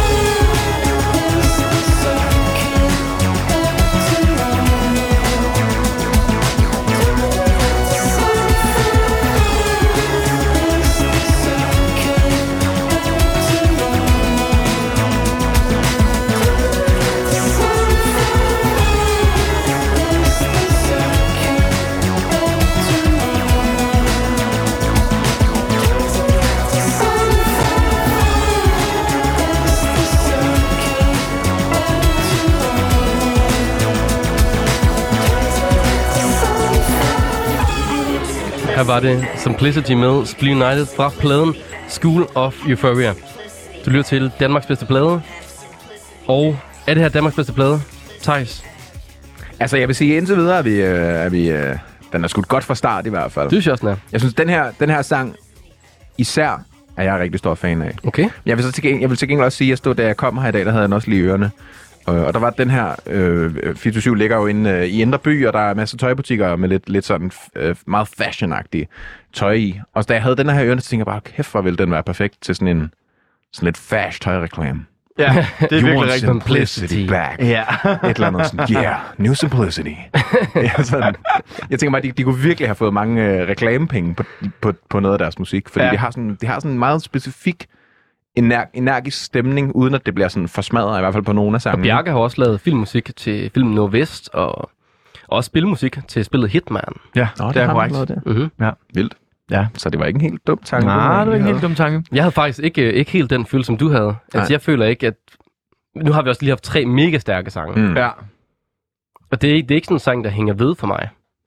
Her var det Simplicity med Spleen United fra pladen School of Euphoria. Du lytter til Danmarks bedste plade. Og er det her Danmarks bedste plade? Theis? Altså, jeg vil sige, indtil videre den er skudt godt fra start i hvert fald. Det synes jeg også, den er. Jeg synes, den her sang især er jeg rigtig stor fan af. Okay. Jeg vil til gengæld også sige, at da jeg kom her i dag, der havde jeg den også lige i ørerne. Og der var den her, 427 ligger jo inde i Indre By, og der er masser af tøjbutikker med lidt sådan meget fashion-agtig tøj i. Og da jeg havde den her i ørerne, så tænkte jeg bare, kæft, hvor ville den være perfekt til sådan lidt fash tøjreklame. Ja, det er virkelig rigtigt. Simplicity back. Ja. Et eller andet sådan, yeah, new simplicity. Ja, sådan. Jeg tænker bare, de kunne virkelig have fået mange reklamepenge på noget af deres musik, fordi de har sådan en meget specifik energisk stemning, uden at det bliver sådan forsmadret, i hvert fald på nogle af sangene. Og Bjarke har også lavet filmmusik til filmen Nordvest, og også spilmusik til spillet Hitman. Ja, det er korrekt. Mm-hmm. Ja. Vildt. Ja. Så det var ikke en helt dum tanke. Nej, det var ikke en helt dum tanke. Jeg havde faktisk ikke helt den følelse, som du havde. Altså, jeg føler ikke, at... Nu har vi også lige haft 3 mega stærke sange. Ja. Og det er ikke sådan en sang, der hænger ved for mig.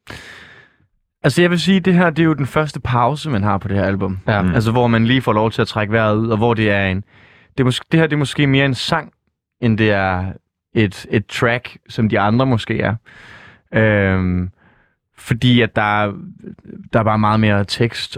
Altså, jeg vil sige, det her, det er jo den første pause, man har på det her album. Ja. Altså, hvor man lige får lov til at trække vejret ud, og hvor det er det her det er måske mere en sang, end det er et track, som de andre måske er. Fordi at der er bare meget mere tekst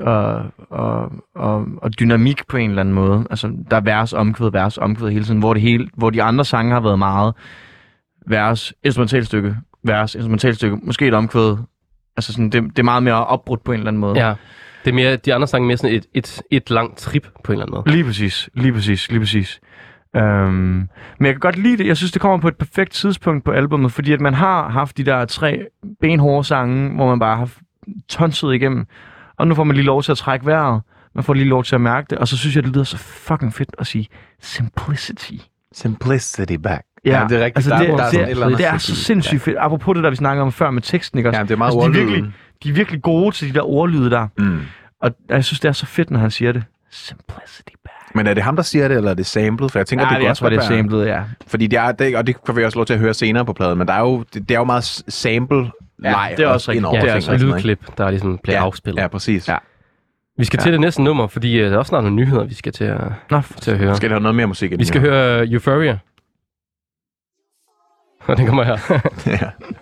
og dynamik på en eller anden måde. Altså, der er vers, omkvæd hele tiden, hvor de andre sange har været meget vers, instrumentalstykke, måske et omkvæd. Altså sådan, det er meget mere opbrudt på en eller anden måde. Ja. Det er mere, de andre sange mere sådan et langt trip på en eller anden måde. Lige præcis. Men jeg kan godt lide det. Jeg synes, det kommer på et perfekt tidspunkt på albumet, fordi at man har haft de der 3 benhårde sange, hvor man bare har tonset igennem. Og nu får man lige lov til at trække vejret. Man får lige lov til at mærke det. Og så synes jeg, det lyder så fucking fedt at sige simplicity. Simplicity back. Ja, det er rigtigt. Altså det er så sindssygt fedt. Apropos det, der vi snakkede om før med teksten, ikke også? Ja, det er meget altså, de er virkelig gode til de der ordlyde der. Og jeg synes, det er så fedt, når han siger det. Simplicity back. Men er det ham, der siger det, eller er det samlet? For jeg tænker, det jeg tror, det er samlet, ja. Fordi det er, og det kan vi også lov til at høre senere på pladen, men der er jo, det er jo meget sample. Ja, det er også rigtigt. Ja, det er et lydklip, der ligesom bliver afspillet. Ja, præcis. Ja. Vi skal til det næste nummer, fordi der er også snart nogle nyheder, vi skal til at høre. Skal der høre noget mere musik? Vi skal høre Euphoria. Og den kommer her. Ja.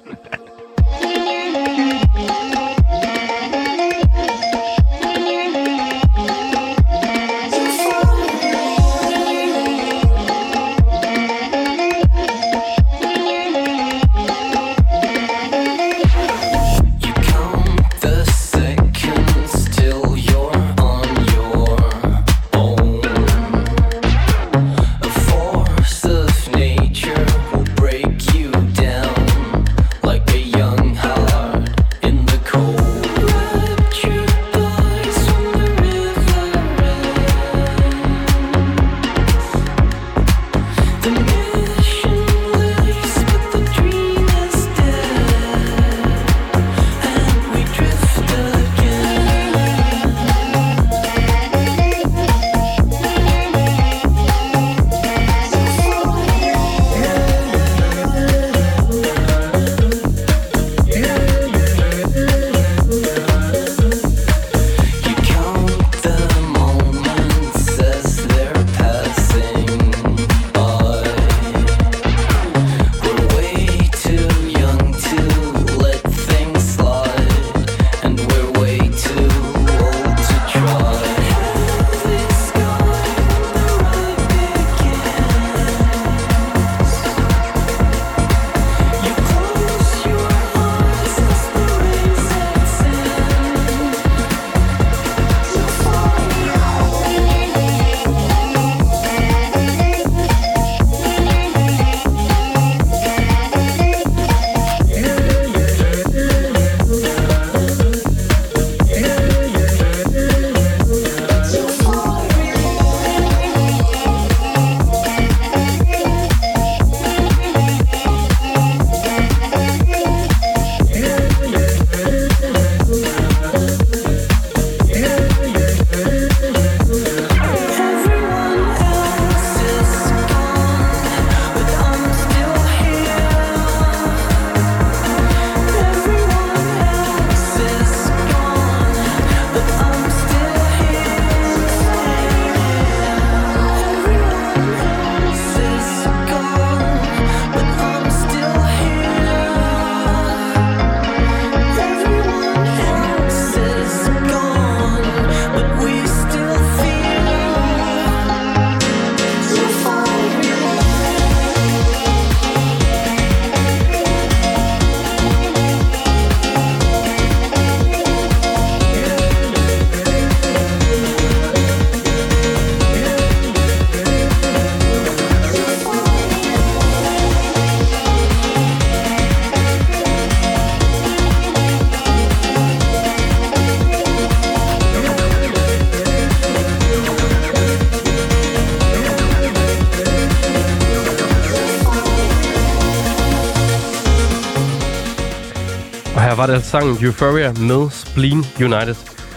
Her var det altså sangen Euphoria med Spleen United.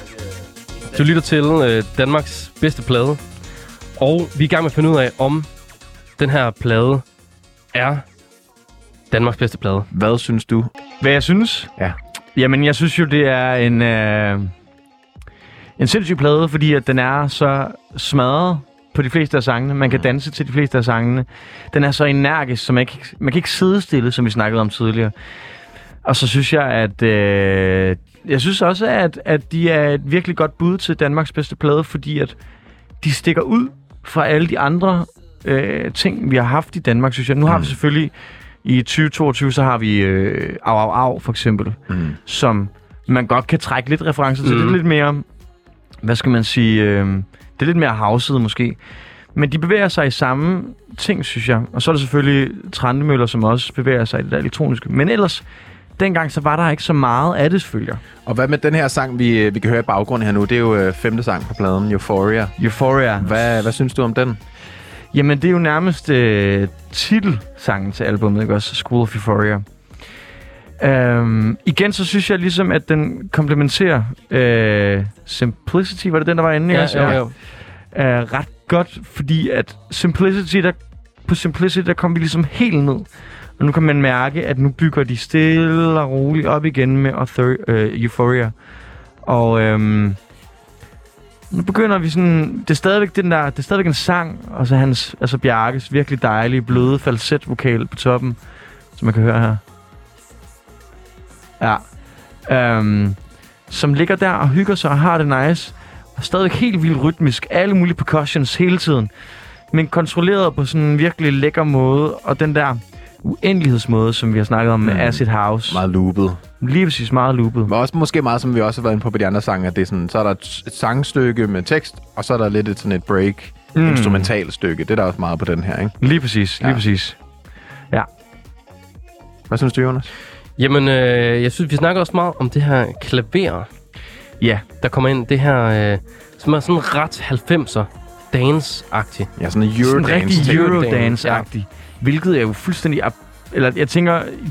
Du lytter til Danmarks bedste plade. Og vi er i gang med at finde ud af, om den her plade er Danmarks bedste plade. Hvad synes du? Hvad jeg synes? Ja. Jamen, jeg synes jo, det er en sindssyg plade, fordi at den er så smadret på de fleste af sangene. Man kan danse til de fleste af sangene. Den er så energisk, så man kan ikke sidde stille, som vi snakkede om tidligere. Og så synes jeg, at jeg synes også, at de er et virkelig godt bud til Danmarks bedste plade, fordi at de stikker ud fra alle de andre ting, vi har haft i Danmark, synes jeg. Nu har vi selvfølgelig i 2022, så har vi Au Au Au for eksempel, som man godt kan trække lidt referencer til. Det er lidt mere hvad skal man sige, det er lidt mere houset måske. Men de bevæger sig i samme ting, synes jeg. Og så er der selvfølgelig Trandemøller, som også bevæger sig i det der elektroniske. Men ellers, dengang så var der ikke så meget af det, selvfølgelig. Og hvad med den her sang, vi kan høre i baggrunden her nu? Det er jo 5. sang på pladen, Euphoria. Euphoria. Hvad synes du om den? Jamen, det er jo nærmest titelsangen til albumet, ikke også? School of Euphoria. Igen, så synes jeg ligesom, at den komplementerer Simplicity, var det den, der var inde? Ja. Ret godt, fordi at på Simplicity, der kom vi ligesom helt ned. Og nu kan man mærke, at nu bygger de stille og roligt op igen med Euphoria. Og nu begynder vi sådan... Det er stadigvæk en sang, og så hans, altså Bjarkes virkelig dejlige, bløde falsetvokal på toppen, som man kan høre her. Ja. Som ligger der og hygger sig og har det nice. Og stadigvæk helt vildt rytmisk. Alle mulige percussions hele tiden. Men kontrolleret på sådan en virkelig lækker måde. Og den der uendelighedsmåde, som vi har snakket om med Acid House. Meget loopet. Lige præcis meget loopet. Men også måske meget, som vi også har været inde på de andre sange, at det er sådan, så er der et sangstykke med tekst, og så er der lidt sådan et break, instrumentalt stykke. Det er der også meget på den her, ikke? Lige præcis, lige præcis. Ja. Hvad synes du, Jonas? Jamen, jeg synes, vi snakker også meget om det her klaver. Ja. Der kommer ind det her, som er sådan ret 90'er dance-agtigt. Ja, sådan en Eurodance. Sådan rigtig Eurodance-agtigt. Ja. Hvilket er jo fuldstændig... Eller jeg tænker, i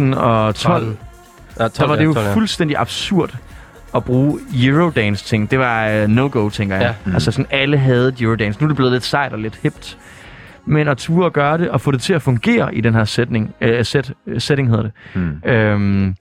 2012, der var det jo fuldstændig absurd at bruge Eurodance-ting. Det var no-go, tænker jeg. Ja. Altså sådan, alle havde Eurodance. Nu er det blevet lidt sejt og lidt hipt. Men at ture at gøre det, og få det til at fungere i den her setting hedder det.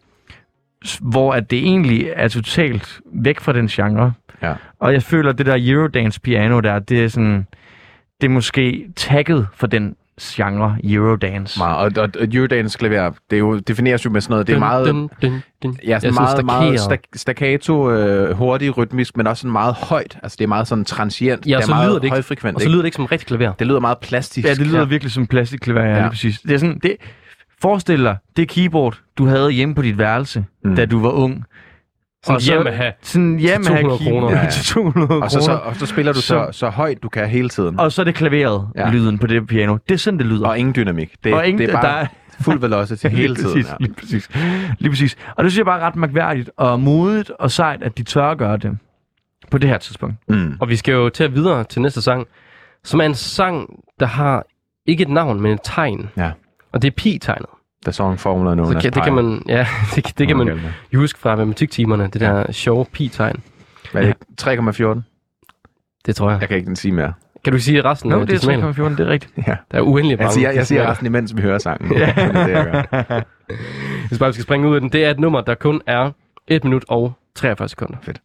Hvor at det egentlig er totalt væk fra den genre. Ja. Og jeg føler, at det der Eurodance piano der, det er sådan... Det er måske tagget for den genre, Eurodance. Og Eurodance klaver, det er jo, defineres jo med sådan noget, det er meget... Ja, sådan meget staccato, hurtigt, rytmisk, men også sådan meget højt. Altså det er meget sådan transient, ja, det er meget højfrekvent. Og så lyder det ikke som rigtig klaver. Det lyder meget plastisk. Ja, det lyder virkelig som plastikklaver, ja, lige præcis. Det er sådan, forestil dig, det keyboard, du havde hjemme på dit værelse, da du var ung. Sådan hjemme 200 kroner. Til 200 kroner. Og så spiller du så højt, du kan hele tiden. Og så er det klaveret, lyden på det piano. Det er sådan, det lyder. Og ingen dynamik. Det er bare fuld velocity hele tiden. Lige præcis. Og det synes jeg bare er ret mærkværdigt og modigt og sejt, at de tør at gøre det på det her tidspunkt. Og vi skal jo til at videre til næste sang, som er en sang, der har ikke et navn, men et tegn. Ja. Og det er pi-tegnet. The song formula known as det kan man, det kan man huske fra matematiktimerne, det der sjove pi-tegn. Hvad er det? 3,14? Det tror jeg. Jeg kan ikke sige mere. Kan du sige resten? Nå, det er 3,14, det er rigtigt. Ja. Der er uendelig mange. Jeg siger resten imens vi hører sangen. Ja. Hvis bare vi skal springe ud af den, det er et nummer, der kun er 1 minut og 43 sekunder. Fedt.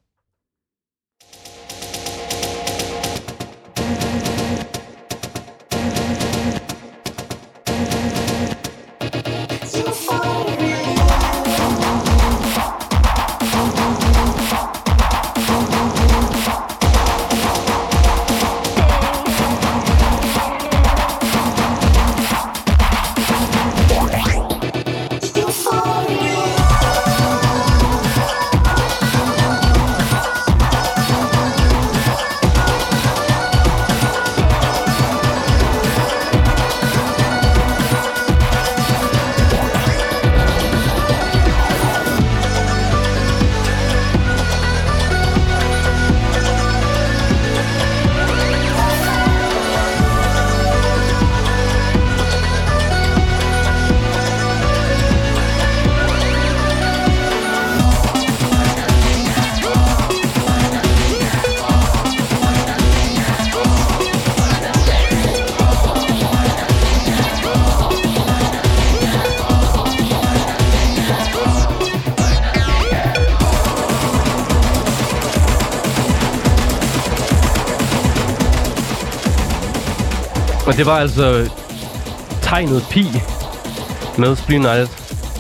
Og det var altså tegnet pi med Spleen United.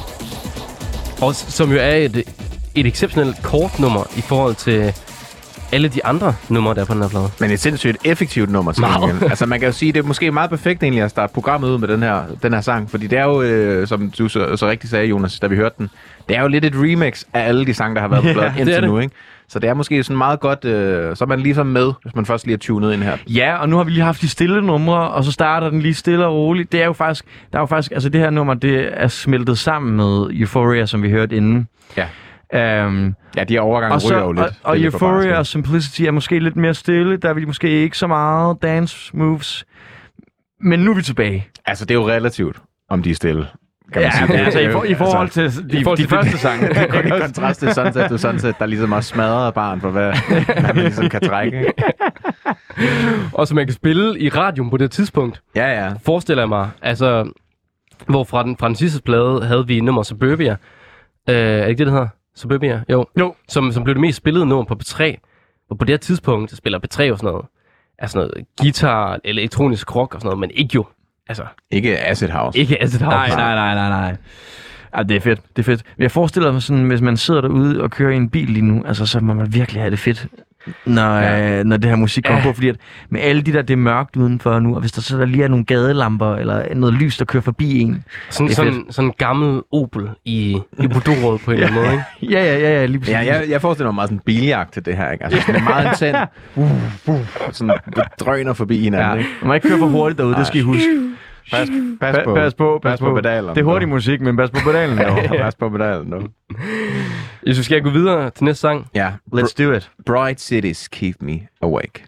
Og som jo er et exceptionelt kort nummer i forhold til alle de andre numre, der er på den her plade. Men et sindssygt effektivt nummer. Altså man kan jo sige, det er måske meget perfekt egentlig at starte programmet ud med den her sang, fordi det er jo, som du så rigtigt sagde, Jonas, da vi hørte den, det er jo lidt et remix af alle de sange, der har været på pladen indtil nu, ikke? Så det er måske sådan meget godt, så er man ligesom med, hvis man først lige er tunet ind her. Ja, og nu har vi lige haft de stille numre, og så starter den lige stille og roligt. Det er jo faktisk, altså det her nummer, det er smeltet sammen med Euphoria, som vi hørte inden. Ja. Ja, de her overgange ryger jo lidt. Og Euphoria og Simplicity er måske lidt mere stille. Der er vi måske ikke så meget dance moves. Men nu er vi tilbage. Altså, det er jo relativt, om de er stille. Kan man sige. Altså i forhold til de første sange. Det er i kontrast til Sunset, der ligesom også smadrer barn for, hvad man ligesom kan trække. Og så man kan spille i radioen på det tidspunkt. Ja. Forestiller jeg mig. Altså, hvor fra den sidste plade havde vi nummer Suburbia. Er det ikke det hedder? Suburbia? Jo. Som blev det mest spillede nummer på P3. Og på det her tidspunkt spiller P3 jo sådan noget guitar, elektronisk rock og sådan noget, men ikke jo. Altså, ikke Acid House. Ikke Acid House. Nej. Ja, det er fedt. Men jeg forestiller mig sådan, hvis man sidder derude og kører i en bil lige nu, altså, så må man virkelig have det fedt, når det her musik kommer på, fordi at med alle de der, det er mørkt udenfor nu, og hvis der så der lige er nogle gadelamper, eller noget lys, der kører forbi en. Sådan en gammel Opel i Bordeaux på en eller anden måde, ikke? Ja, lige præcis. Ja, jeg forestiller mig meget sådan en biljagt til det her, ikke? Altså, det er meget intens. Sådan, det drøner forbi hinanden, ikke? Man må ikke køre for hurtigt derude, det skal I huske. Pas på pedalen. Det er hurtig musik, men pas på pedalen. Pas på pedalen. Jeg synes, skal jeg gå videre til næste sang? Ja. Let's do it. Bright Cities Keep Me Awake.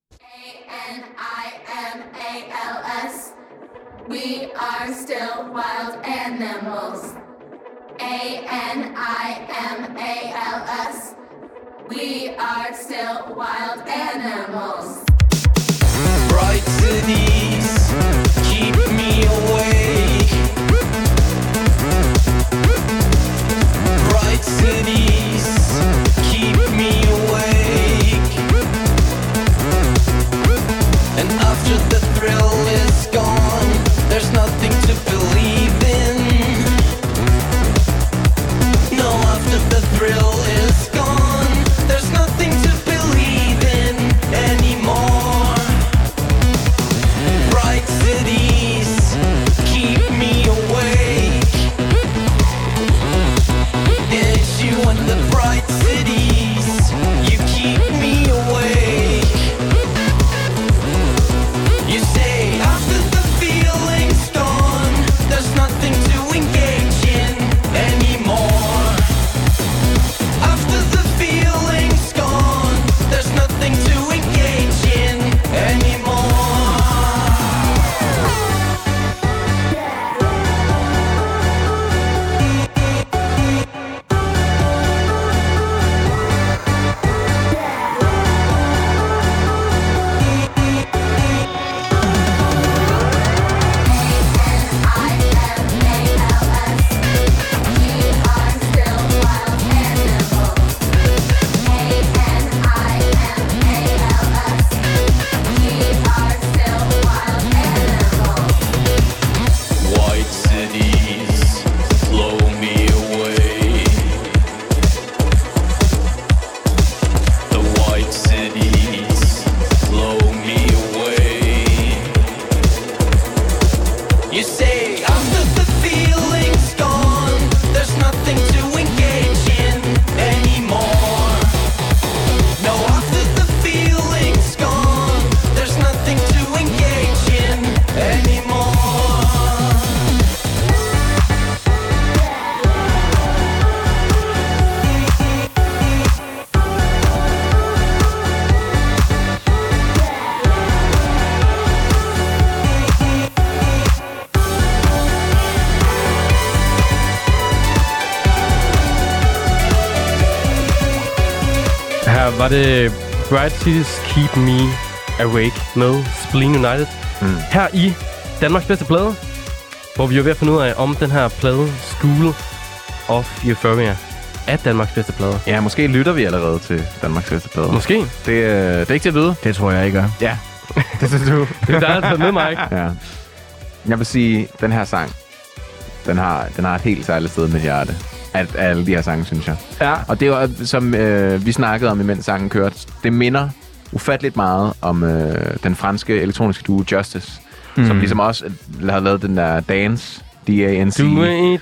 A-N-I-M-A-L-S. We are still wild animals. A-N-I-M-A-L-S. We are still wild animals. Bright cities keep me awake. Bright cities keep me awake. And after the thrill is gone, there's nothing to believe in. No, after the thrill is gone, there's nothing to believe in anymore. Bright cities keep me awake. It's you and the bright cities, you keep me awake. You say after the feeling's gone, there's nothing to engage in anymore. After the feeling's gone, there's nothing to engage in anymore. White cities blow me away. The white cities blow me away. You say after the feeling's gone, there's nothing to engage in anymore. No, after the feeling's gone, there's nothing to engage in anymore. Her var det Bright Cities Keep Me Awake med Spleen United. Her i Danmarks bedste plade, hvor vi er ved at finde ud af, om den her plade School of Euphoria er Danmarks bedste plade. Ja, måske lytter vi allerede til Danmarks bedste plade. Måske. Det er ikke til at vide. Det tror jeg ikke gør. Ja, det synes du. Det er der altid med mig, ikke? Ja. Jeg vil sige, den her sang, den har et helt særligt sted i mit hjerte. af alle de her sange, synes jeg. Ja. Og det er jo, som vi snakkede om, imens sangen kørte, det minder ufatteligt meget om den franske elektroniske duo Justice, som ligesom også har lavet den der dance, D-A-N-C. 1,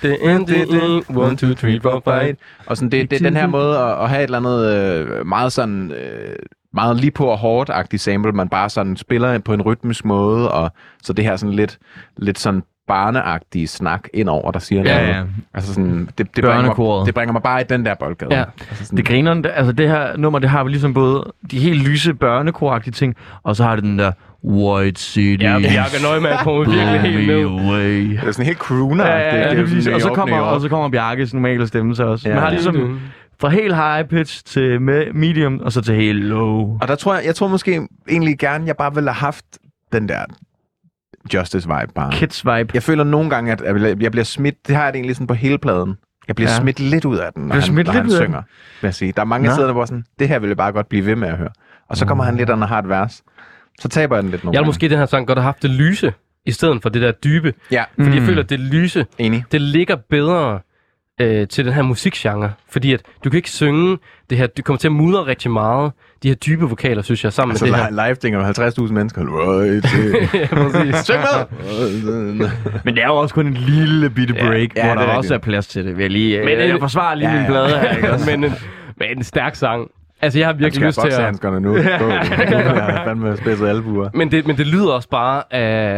2, 3, 4, 5. Og sådan, det er den her måde at have et eller andet meget sådan... meget lige på og hårdt-agtig sample, man bare sådan spiller på en rytmisk måde, og så det her sådan lidt sådan barneagtige snak indover, der siger noget. Ja. Altså sådan, det bringer mig bare i den der boldgade. Ja. Altså sådan, Det griner, altså det her nummer, det har vi ligesom både de helt lyse børnekoragtige ting, og så har det den der White City. Ja, Bjarke Neumann kommer virkelig helt ned. det er sådan helt crooner. Ja, det er præcis. sådan Og så kommer Bjarkes normale stemme så også. Ja. Man har ligesom fra helt high pitch til medium, og så til helt low. Og der jeg tror måske egentlig gerne, jeg bare ville have haft den der Justice-vibe bare. Kids-vibe. Jeg føler nogle gange, at jeg bliver smidt, det har jeg egentlig sådan på hele pladen. Jeg bliver smidt lidt ud af den, når han synger, vil jeg sige. Der er mange steder, hvor sådan, det her vil jeg bare godt blive ved med at høre. Og så kommer han lidt, og har et vers. Så taber jeg den lidt nogle Jeg gange. måske den her sang godt have haft det lyse, i stedet for det der dybe. Ja. Fordi jeg føler, at det lyse, Enig. det ligger bedre til den her musikgenre. Fordi at du kan ikke synge det her, du kommer til at mudre rigtig meget. De her dybe vokaler, synes jeg, sammen Altså med det her. live-ting med 50.000 mennesker. Right. Ja, præcis. Syng med! Men det er jo også kun en lille bitte break, Ja, hvor det er der rigtigt. også er plads til det. Vil jeg lige, Men jeg forsvarer lige min blade her, ikke også? men en stærk sang. Altså, jeg har virkelig lyst til at... Boksehandskerne nu. Jeg har fandme spidset albuer. Men det lyder også bare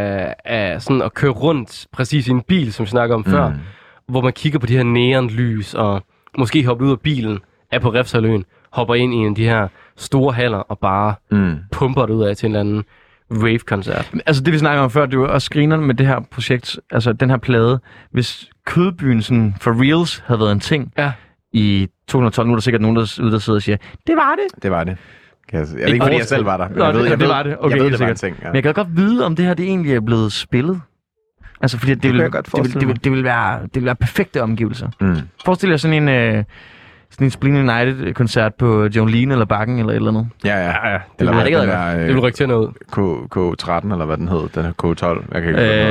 af sådan at køre rundt præcis i en bil, som vi snakker om før, hvor man kigger på de her neonlys, og måske hopper ud af bilen, er på Refshaleøen, hopper ind i en af de her store haller, og bare pumper det ud af til en eller anden rave-koncert. Altså det vi snakker om før, det var også grinerne med det her projekt, altså den her plade. Hvis Kødbyen sådan for reals havde været en ting i 2012, nu er der sikkert nogen der sidder og siger, det var det. Det var det. Jeg ved ikke, fordi jeg selv var der. Nå, det var det. Okay, jeg ved, helt det var en sikkert. ting. Ja. Men jeg kan godt vide, om det her det egentlig er blevet spillet. Altså fordi det vil være perfekte omgivelser. Forestil jer sådan en Spleen United-koncert på Jolene eller Bakken eller et eller andet. Ja. Det Eller gad jeg det vil rykke til noget. K13, eller hvad den hed. Den her K12. Jeg kan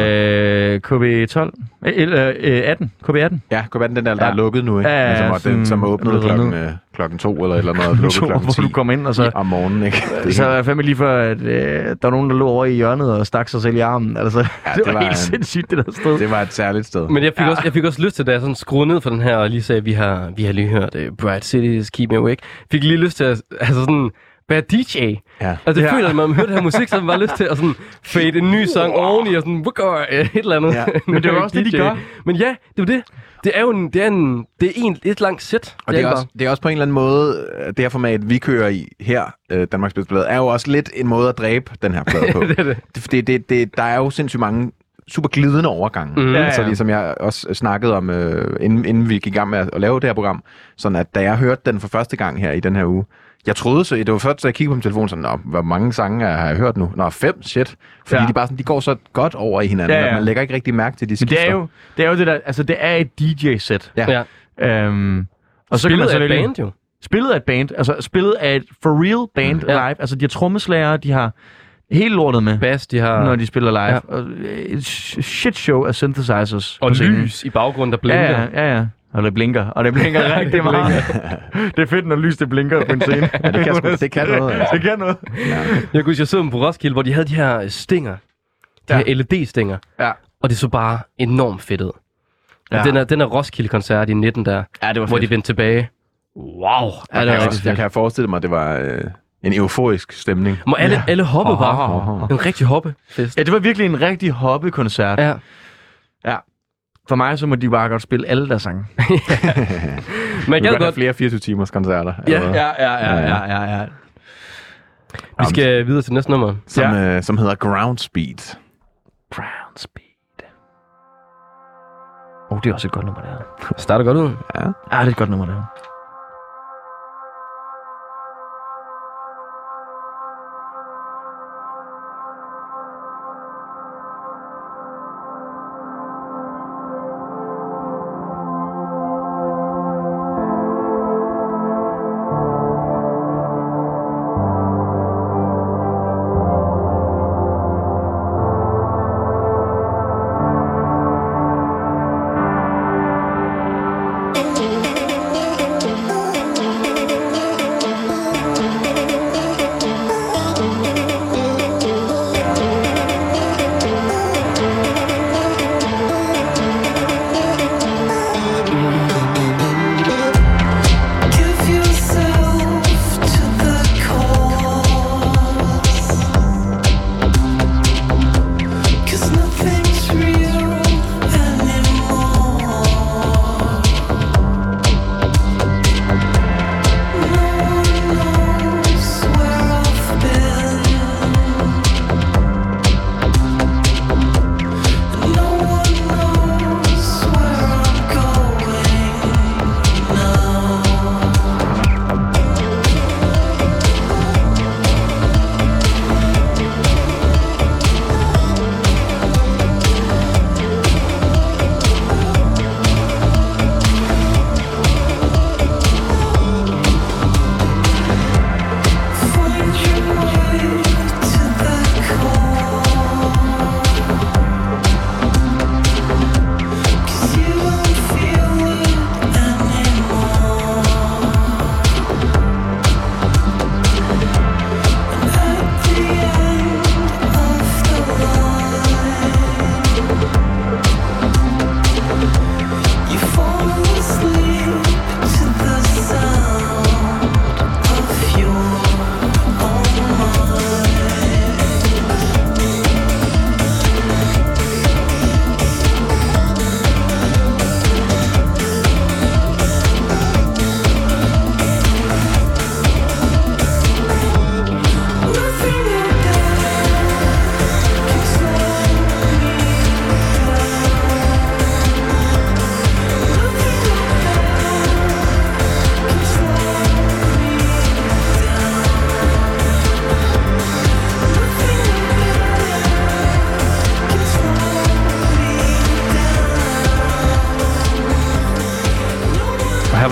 ikke KB12? 18. KB18. Ja, KB18, den der er lukket nu, ikke? Ja, den, som åbnede klokken 2 eller et eller andet, og lukket klokken 10 hvor du kom ind, og så... om morgenen, ikke? Så var jeg fandme lige for, at der var nogen, der lå over i hjørnet og stak sig selv i armen. Altså, det var helt sindssygt, det der sted. Det var et særligt sted. Men jeg fik også lyst til, da jeg sådan skruede ned for den her, og lige sagde, vi har lige hørt Bright Cities, Keep Me Awake. Fik lige lyst til at sådan være DJ. Ja. Altså det føler, at når man hører det her musik, så har man bare lyst til at sådan fade en ny sang oveni, og sådan, et eller andet. Ja. Men det er jo også det, de gør. Men ja, det er jo det. Det er jo et langt sæt. Og det er også på en eller anden måde, det her format, vi kører i her, Danmarks Bedste Plade, er jo også lidt en måde at dræbe den her plade på. Der er jo sindssygt mange super glidende overgange. Så ligesom jeg også snakkede om, inden vi gik i gang med at lave det her program, sådan at da jeg hørte den for første gang her i den her uge, jeg troede så, det var først, da jeg kiggede på min telefon, sådan, hvor mange sange har jeg hørt nu? 5, shit. Fordi de bare sådan, de går så godt over i hinanden, at man lægger ikke rigtig mærke til de skifter. Men det er jo det der, altså det er et DJ-sæt. Ja. Og så spillet kan man af et band jo. Spillet af et band, altså spillet af et for real band live. Altså de har trommeslagere, de har helt lortet med, bass, de har... når de spiller live. Ja. Og et shit show af synthesizers. Og lys i baggrunden, der blinker. Ja. Og det blinker rigtig meget. Det er fedt, når lys det blinker på en scene. Ja, det kan noget. Altså. Det kan noget. Ja. Jeg kunne huske, jeg så dem på Roskilde, hvor de havde de her stænger. De her LED-stænger. Ja. Og det så bare enormt fedt ud. Og den her Roskilde-koncert i 19 der, det var hvor de vendte tilbage. Wow. Jeg kan forestille mig, at det var en euforisk stemning. Må alle hoppe bare. En rigtig hoppefest. Ja, det var virkelig en rigtig hoppekoncert. Ja. For mig, så må de bare godt spille alle der sange. Man kan godt have flere 24 timers koncerter. Ja. Vi skal videre til næste nummer. Som hedder Ground Speed. Ground Speed. Det er også et godt nummer, det her. Starter godt ud. Ja. Det er et godt nummer, det her.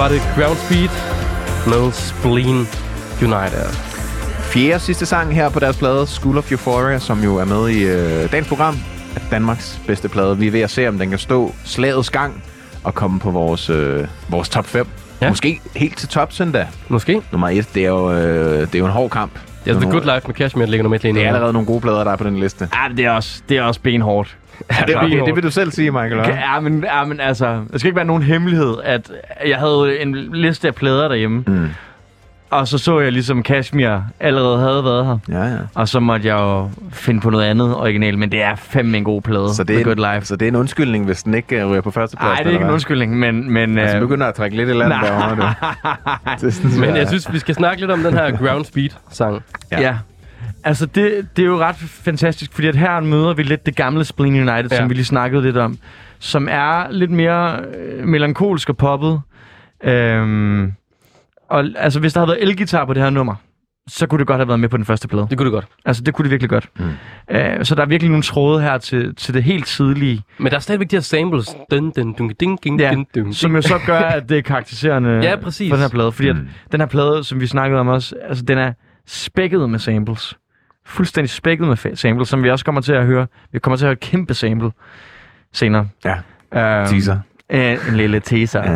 var det Ground Speed med Spleen United. Fjerde sidste sang her på deres plade, School of Euphoria, som jo er med i dagens program af Danmarks bedste plade. Vi er ved at se, om den kan stå slagets gang og komme på vores top 5. Ja. Måske helt til top søndag. Måske. Nummer 1, det er jo en hård kamp. Ja, The Good Life med Cashmere ligger nummer 1 lige nu. Det er allerede nogle gode plader, der er på den liste. Ja, det er også benhårdt. Det vil du selv sige, Michael. Ja, men altså, der skal ikke være nogen hemmelighed, at jeg havde en liste af plader derhjemme. Og så jeg ligesom Cashmere allerede havde været her. Ja. Og så måtte jeg jo finde på noget andet originalt, men det er fandme en god plade. Så det er Good Life. Så det er en undskyldning, hvis den ikke ryger på førsteplads? Nej, det er ikke en undskyldning, men altså, begynder at trække lidt i landet derovre, du. Men jeg synes, vi skal snakke lidt om den her Ground Speed-sang. Ja. Altså, det er jo ret fantastisk, fordi at her møder vi lidt det gamle Spleen United, som vi lige snakkede lidt om, som er lidt mere melankolsk og poppet. Og altså, hvis der havde været elgitar på det her nummer, så kunne det godt have været med på den første plade. Det kunne det godt. Altså, det kunne det virkelig godt. Så der er virkelig nogle tråde her til det helt tidlige. Men der er stadigvæk de her samples, som jo så gør, at det er karakteriserende for den her plade. Fordi at den her plade, som vi snakkede om også, altså, den er spækket med samples. Fuldstændig spækket med samples, som vi også kommer til at høre. Vi kommer til at høre et kæmpe sample senere. Ja, teaser. En lille teaser.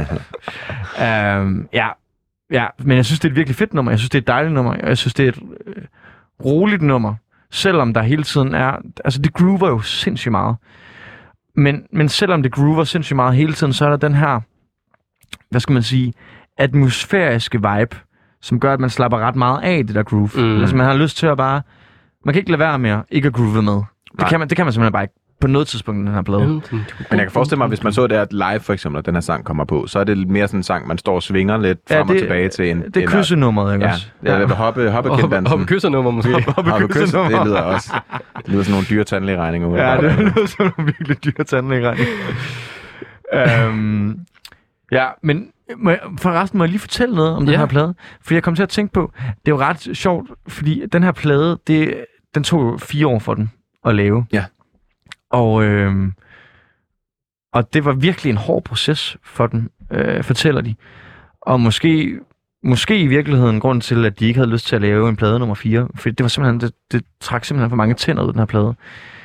Ja, men jeg synes, det er et virkelig fedt nummer. Jeg synes, det er et dejligt nummer. Og jeg synes, det er et roligt nummer. Selvom der hele tiden er... Altså, det groover jo sindssygt meget. Men selvom det groover sindssygt meget hele tiden, så er der den her... Hvad skal man sige? Atmosfæriske vibe, som gør, at man slapper ret meget af det der groove. Altså, man har lyst til at bare... Man kan ikke lade være med ikke at groove med. Det kan man simpelthen bare ikke på noget tidspunkt i den her plade. Men jeg kan forestille mig, hvis man så det at live for eksempel, at den her sang kommer på, så er det mere sådan en sang, man står og svinger lidt frem og tilbage til en... Det er kyssenummeret, ikke også? Ja, hoppe-kinddansen. Hoppe-kyssenummer måske. Hoppe-kyssenummer. Det lyder også... Det lyder sådan nogle dyre tandlægeregninger. Ja, det lyder sådan nogle virkelig dyre tandlægeregninger. Ja, men forresten må jeg lige fortælle noget om den her plade. Fordi jeg kom til at tænke på, det er jo ret sjovt, fordi den her plade, den tog jo 4 år for den at lave. Ja. Og det var virkelig en hård proces for den, fortæller de. Og måske i virkeligheden grund til, at de ikke havde lyst til at lave en plade nummer 4. For det var simpelthen, det trak simpelthen for mange tænder ud, den her plade.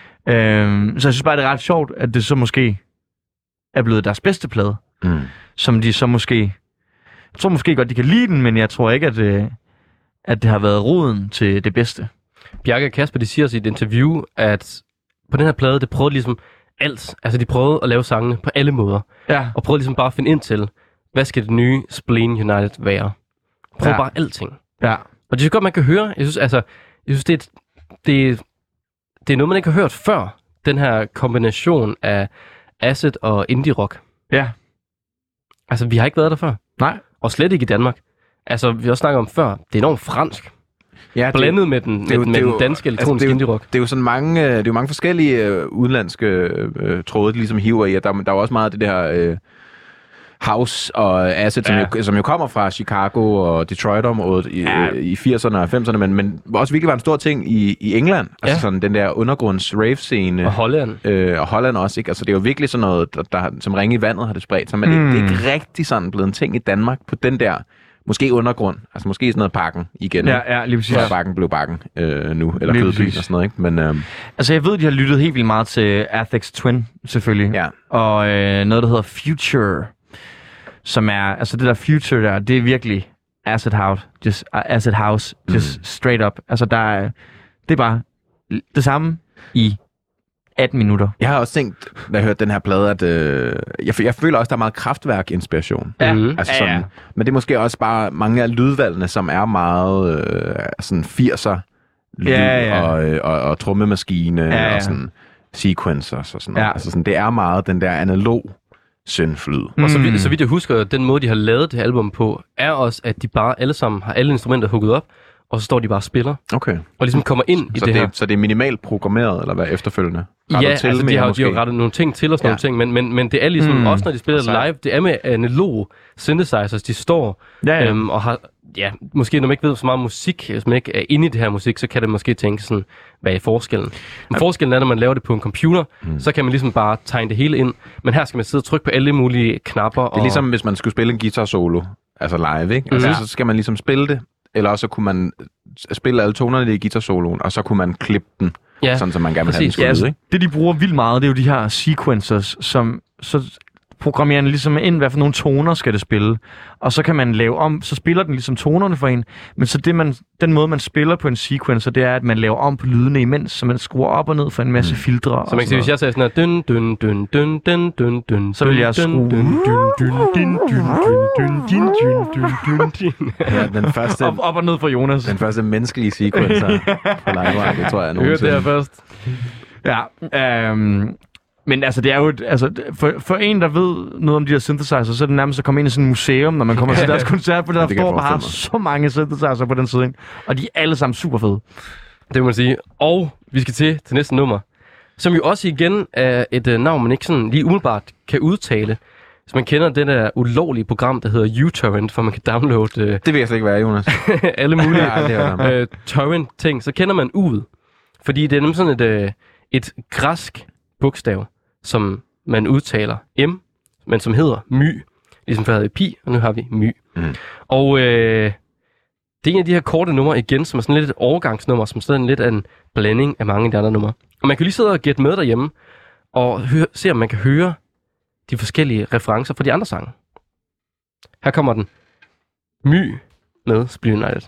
Så jeg synes bare, det er ret sjovt, at det så måske er blevet deres bedste plade. Som de så måske... Jeg tror måske godt, de kan lide den, men jeg tror ikke, at det har været roden til det bedste. Bjarke og Kasper, de siger også i et interview, at på den her plade, det prøvede ligesom alt. Altså, de prøvede at lave sangene på alle måder. Ja. Og prøvede ligesom bare at finde ind til, hvad skal det nye Spleen United være? Prøv bare alting. Ja. Og det synes godt, man kan høre. Jeg synes det er noget, man ikke har hørt før. Den her kombination af acid og indie rock. Ja. Altså, vi har ikke været der før. Nej. Og slet ikke i Danmark. Altså, vi har også snakket om før, det er enormt fransk. Ja, blandet med den danske elektroniske indie-rock. Det er jo sådan mange forskellige udenlandske tråde, de ligesom hiver i. Der er jo også meget af det der house og acid, som jo kommer fra Chicago og Detroit-området i 80'erne og 90'erne, men også virkelig var en stor ting i England. Altså sådan den der undergrunds rave-scene. Og Holland. Og Holland også, ikke? Altså det er jo virkelig sådan noget, der som ringe i vandet har det spredt sig, men det er ikke rigtig sådan blevet en ting i Danmark på den der... Måske undergrund. Altså måske sådan noget Bakken igen. Ja, lige præcis. Bakken blev Bakken nu. Eller Kødbyen og sådan noget, ikke? Men, altså jeg ved, de har lyttet helt vildt meget til Aphex Twin, selvfølgelig. Ja. Og noget, der hedder Future. Som er... Altså det der Future der, det er virkelig Acid House. Just straight up. Altså det er bare det samme i 18 minutter. Jeg har også tænkt, da jeg hørte den her plade, at jeg føler også, der er meget Kraftwerk-inspiration. Ja. Altså sådan, ja. Men det er måske også bare mange af lydvalgene, som er meget sådan 80'er lyd og trommemaskine og sådan sequencers og sådan noget. Altså sådan, det er meget den der analog synflyd. Og så vidt jeg husker, den måde, de har lavet det her album på, er også, at de bare alle sammen har alle instrumenter hugget op, og så står de bare og spiller, Okay. og ligesom kommer ind i det her. Så det er minimalt programmeret, eller hvad efterfølgende? Ja, altså de har jo rettet nogle ting til og sådan nogle ting, men det er ligesom, også når de spiller live, det er med analog synthesizers, de står og har, måske når man ikke ved så meget musik, hvis man ikke er inde i det her musik, så kan det måske tænke sådan, hvad er forskellen? Men forskellen er, når man laver det på en computer, så kan man ligesom bare tegne det hele ind, men her skal man sidde og trykke på alle mulige knapper. Det er ligesom, hvis man skulle spille en guitar solo, altså live, ikke? Altså, så skal man ligesom spille det, eller også så kunne man spille alle tonerne i guitar-soloen, og så kunne man klippe den, sådan som man gerne vil have den skulle ud, ikke? Det, de bruger vildt meget, det er jo de her sequencers, som så programmererne ligesom ind, hvad for nogle toner skal det spille, og så kan man lave om, så spiller den ligesom tonerne for en, men så den måde, man spiller på en sequencer, det er, at man laver om på lydene imens, så man skruer op og ned for en masse filtre. Så man kan sige, hvis jeg sagde sådan her, dun, dun, dun, dun, dun, dun, dun, så vil jeg skrue. Ja, den første, op og ned for Jonas. Den første menneskelige sequencer på live, det tror jeg nogensinde. Hørte det her først. Ja, men altså, det er jo for en, der ved noget om de her synthesizers, så er det nærmest at komme ind i sådan et museum, når man kommer til deres koncert, for der står bare så mange synthesizers på den side, og de er alle sammen super fede. Det må man sige. Og vi skal til næste nummer, som jo også igen er et navn, man ikke sådan lige umiddelbart kan udtale. Hvis man kender det der ulovlige program, der hedder uTorrent, hvor man kan downloade... Det vil jeg slet ikke være, Jonas. alle mulige torrent-ting, så kender man U'et. Fordi det er nemlig sådan et græsk bogstav, som man udtaler M, men som hedder my. Ligesom før havde pi, og nu har vi my. Og det er en af de her korte numre igen, som er sådan lidt et overgangsnummer, som sådan lidt af en blanding af mange af de andre numre. Og man kan lige sidde og gætte med derhjemme, og se om man kan høre de forskellige referencer fra de andre sange. Her kommer den. My med Split United.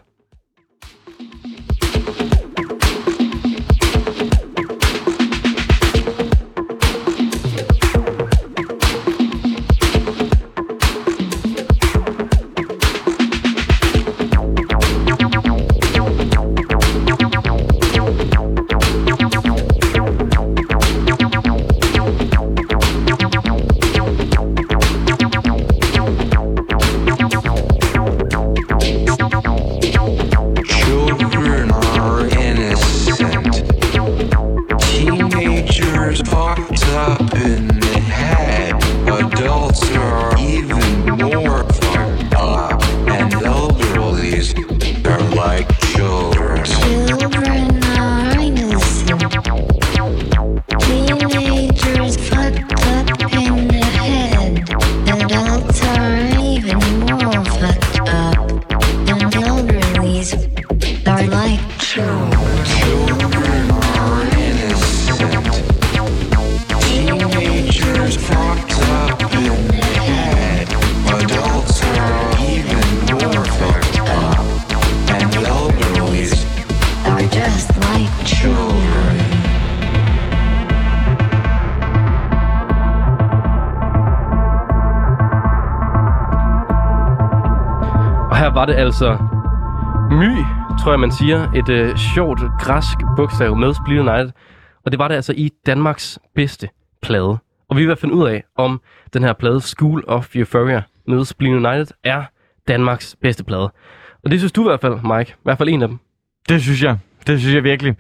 Var det altså my, tror jeg man siger, et sjovt græsk bogstav med Split United, og det var det altså i Danmarks bedste plade. Og vi vil finde ud af, om den her plade School of Euphoria med Split United er Danmarks bedste plade. Og det synes du i hvert fald, Mike. I hvert fald en af dem. Det synes jeg virkelig.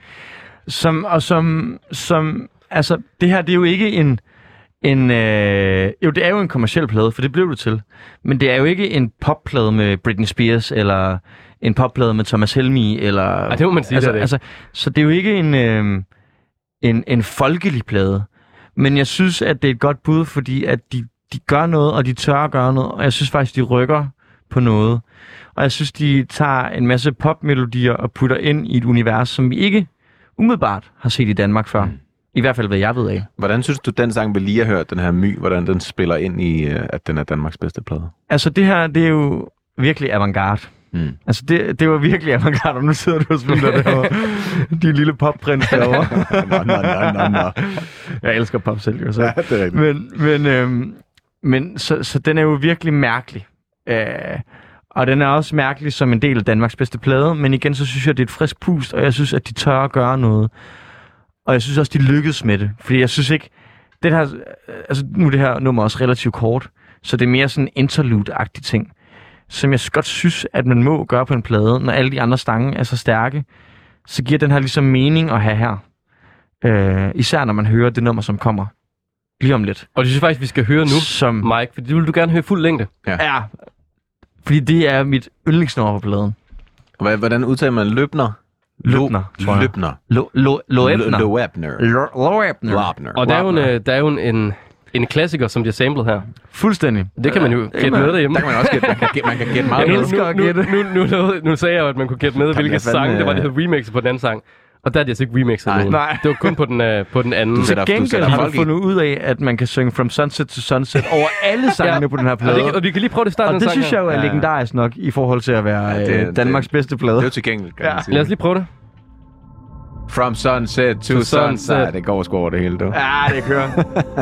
Altså, det her, det er jo ikke jo, det er jo en kommerciel plade, for det blev det til. Men det er jo ikke en popplade med Britney Spears, eller en popplade med Thomas Helmig, eller... Ej, det må man sige, så det er jo ikke en folkelig plade. Men jeg synes, at det er et godt bud, fordi at de gør noget, og de tør at gøre noget, og jeg synes faktisk, de rykker på noget. Og jeg synes, de tager en masse popmelodier og putter ind i et univers, som vi ikke umiddelbart har set i Danmark før. I hvert fald, hvad jeg ved af. Hvordan synes du, den sang, vi lige har hørt, den her my, hvordan den spiller ind i, at den er Danmarks bedste plade? Altså, det her, det er jo virkelig avantgarde. Altså, det var virkelig avantgarde, og nu sidder du og spiller det her. De lille popprins derovre. Nå. Jeg elsker pop selv, jo. Så. Ja, det er rigtigt. Men så den er jo virkelig mærkelig. Og den er også mærkelig som en del af Danmarks bedste plade, men igen, så synes jeg, det er et frisk pust, og jeg synes, at de tør at gøre noget. Og jeg synes også, de lykkedes med det. Fordi jeg synes ikke... nu er det her nummer også relativt kort, så det er mere sådan en interlude-agtig ting. som jeg godt synes, at man må gøre på en plade, når alle de andre stange er så stærke, så giver den her ligesom mening at have her. Især når man hører det nummer, som kommer lige om lidt. Og det synes jeg faktisk, vi skal høre nu, Som, Mike, for det vil du gerne høre fuld længde. ja, fordi det er mit yndlingsnummer på pladen. Hvordan udtaler man løbner? Løbner, tror jeg. Løbner. Loebner. Loebner. Og der er jo en klassiker, som bliver samlet her. Fuldstændig. Det kan man jo gætte med derhjemme. Der kan man også gætte, man kan gætte meget Jeg med. elsker at gætte. Nu sagde jeg jo, at man kunne gætte med, hvilke sange det var, det hed remixet på den anden sang. Og der er det altså ikke remixet. Nej. Det var kun på den anden. Du sætter- Til gengæld har du folk i. fundet ud af, at man kan synge From Sunset to Sunset over alle sangene på den her plade. Og vi kan lige prøve det starte Og den det sang synes her. jeg jo er legendarisk nok i forhold til at være Danmarks bedste plade. Det er jo tilgængeligt, kan man sige. Lad os lige prøve det. From sunset to sunset. Det går sgu over det hele, du. Ja, det kører.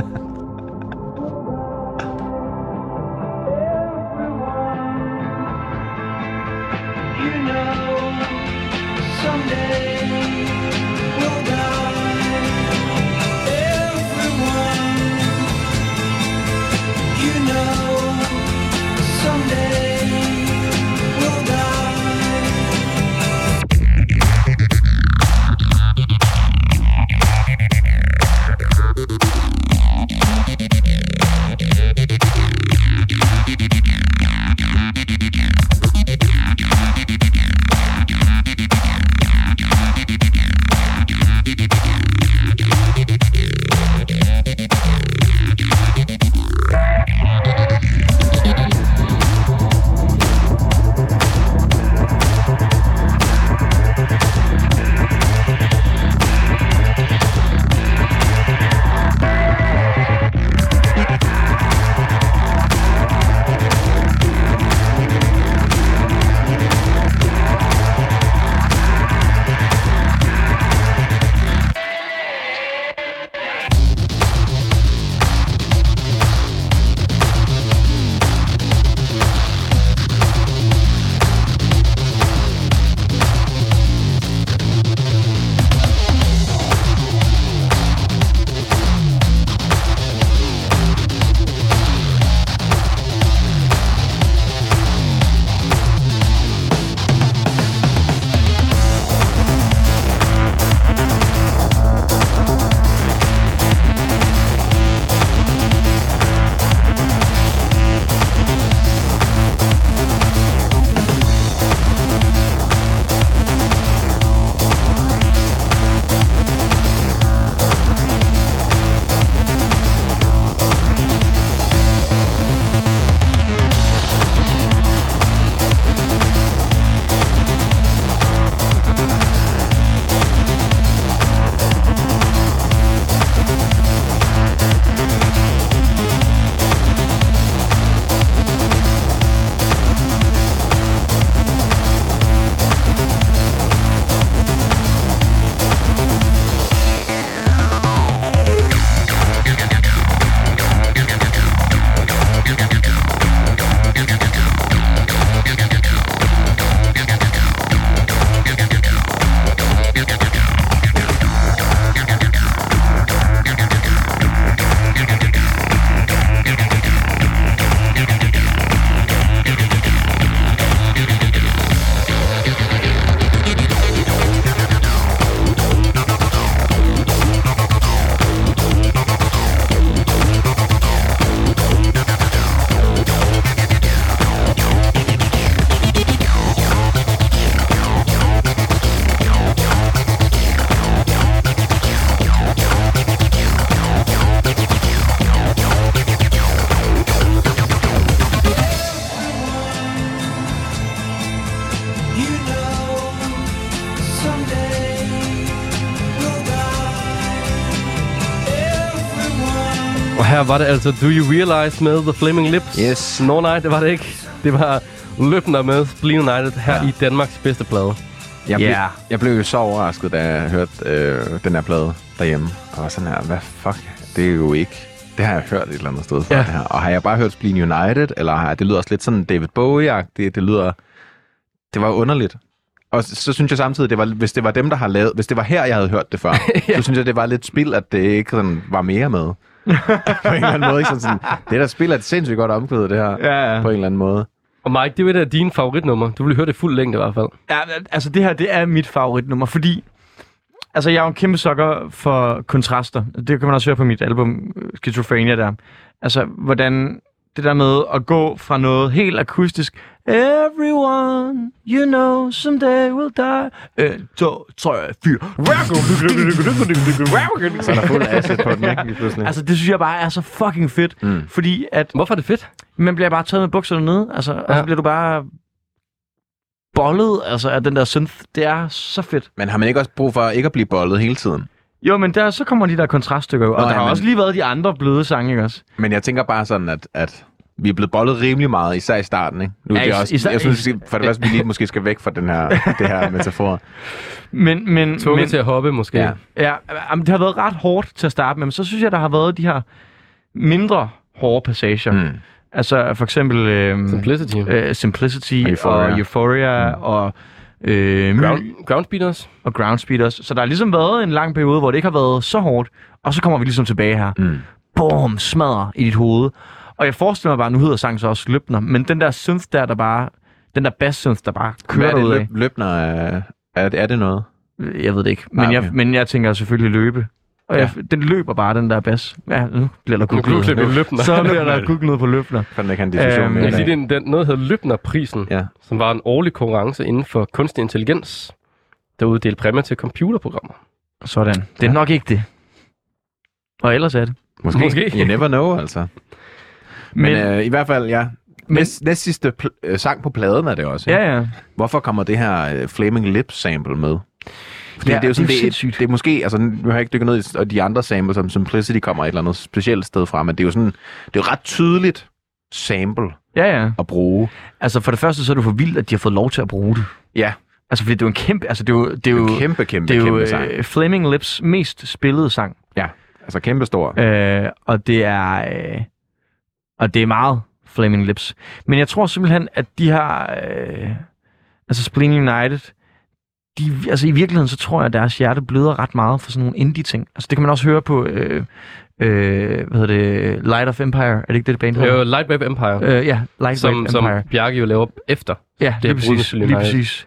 Og her var det altså Do You Realize med The Flaming Lips. Yes. Nej, det var det ikke. Det var Løbner med Spleen United her i Danmarks bedste plade. Jeg blev jo så overrasket, da jeg hørte den her plade derhjemme. Og var sådan her, hvad fuck? Det er jo ikke... Det har jeg hørt et eller andet sted fra det her. Og har jeg bare hørt Spleen United, eller har det lyder også lidt sådan David Bowie-agtigt. Det lyder... Det var underligt. Og så synes jeg samtidig, det var, hvis det var dem, der har lavet... Hvis det var her, jeg havde hørt det før, så synes jeg, det var lidt spild, at det ikke sådan var mere med. På en eller anden måde. Ikke? Sådan, det der spil er et sindssygt godt omkvædet, det her. Ja. På en eller anden måde. Og Mike, det er jo et af dine favoritnummer. Du vil høre det fuld længde i hvert fald. Ja, altså det her, det er mit favoritnummer, fordi... Altså, jeg er jo en kæmpe sukker for kontraster. Det kan man også høre på mit album, Schizophrenia der. Altså, hvordan det der med at gå fra noget helt akustisk, everyone, you know, someday will die. 2, 3, 4. Så er der fuld acid på den, ikke? Lige pludselig. Altså, det synes jeg bare er så fucking fedt. Fordi at... Hvorfor er det fedt? Man bliver bare taget med bukserne nede. Altså, og så bliver du bare... bollet, altså af den der synth. Det er så fedt. Men har man ikke også brug for ikke at blive bollet hele tiden? Jo, men så kommer de der kontraststykker jo. Og der har også lige været de andre bløde sange, ikke også? Men jeg tænker bare sådan, at vi er blevet bollet rimelig meget, især i starten, ikke? Nu, det er også, jeg synes, for det første, vi lige måske skal væk fra det her metafor. Men Tvunget til at hoppe, måske. Ja, det har været ret hårdt til at starte med, men så synes jeg, der har været de her mindre hårde passager. Altså for eksempel Simplicity og Euphoria og Groundspeeders. Og Groundspeeders. Så der har ligesom været en lang periode, hvor det ikke har været så hårdt, og så kommer vi ligesom tilbage her. Boom, smadrer i dit hoved. Og jeg forestiller mig bare, nu hedder sangen så også Løbner, men den der synth der bare, den der bass synth, der bare kører derud af. Løbner, er det noget? Jeg ved det ikke, men jeg tænker selvfølgelig løbe. Og den løber bare, den der bass. Ja, nu bliver der googlet. Så bliver der googlet på Løbner. Fanden ikke en diskussion med. Jeg siger, det er noget, der hedder Løbner-prisen, som var en årlig konkurrence inden for kunstig intelligens, der uddelte præmier til computerprogrammer. Sådan. Det er nok ikke det. Og ellers er det. Måske. You never know, altså. Men i hvert fald, næst sidste sang på pladen er det også. Ja. Hvorfor kommer det her Flaming Lips sample med? Fordi det er jo sådan, det er måske, altså nu har jeg ikke dykket ned i de andre samples, som Simplicity kommer et eller andet specielt sted fra, men det er jo sådan, det er jo ret tydeligt sample at bruge. Altså for det første, så er det for vildt, at de har fået lov til at bruge det. Ja. Altså fordi det er jo en kæmpe, altså det er jo kæmpe sang. Flaming Lips mest spillede sang. Ja, altså kæmpe stor. Og det er meget Flaming Lips. Men jeg tror simpelthen, at de har, altså Spleen United, altså i virkeligheden, så tror jeg, at deres hjerte bløder ret meget for sådan nogle indie-ting. Altså det kan man også høre på, hvad hedder det, Light of Empire, er det ikke det band hedder? Jo, Light Wave Empire. Light Wave Empire. Som Bjarke jo laver efter. Ja, det lige præcis.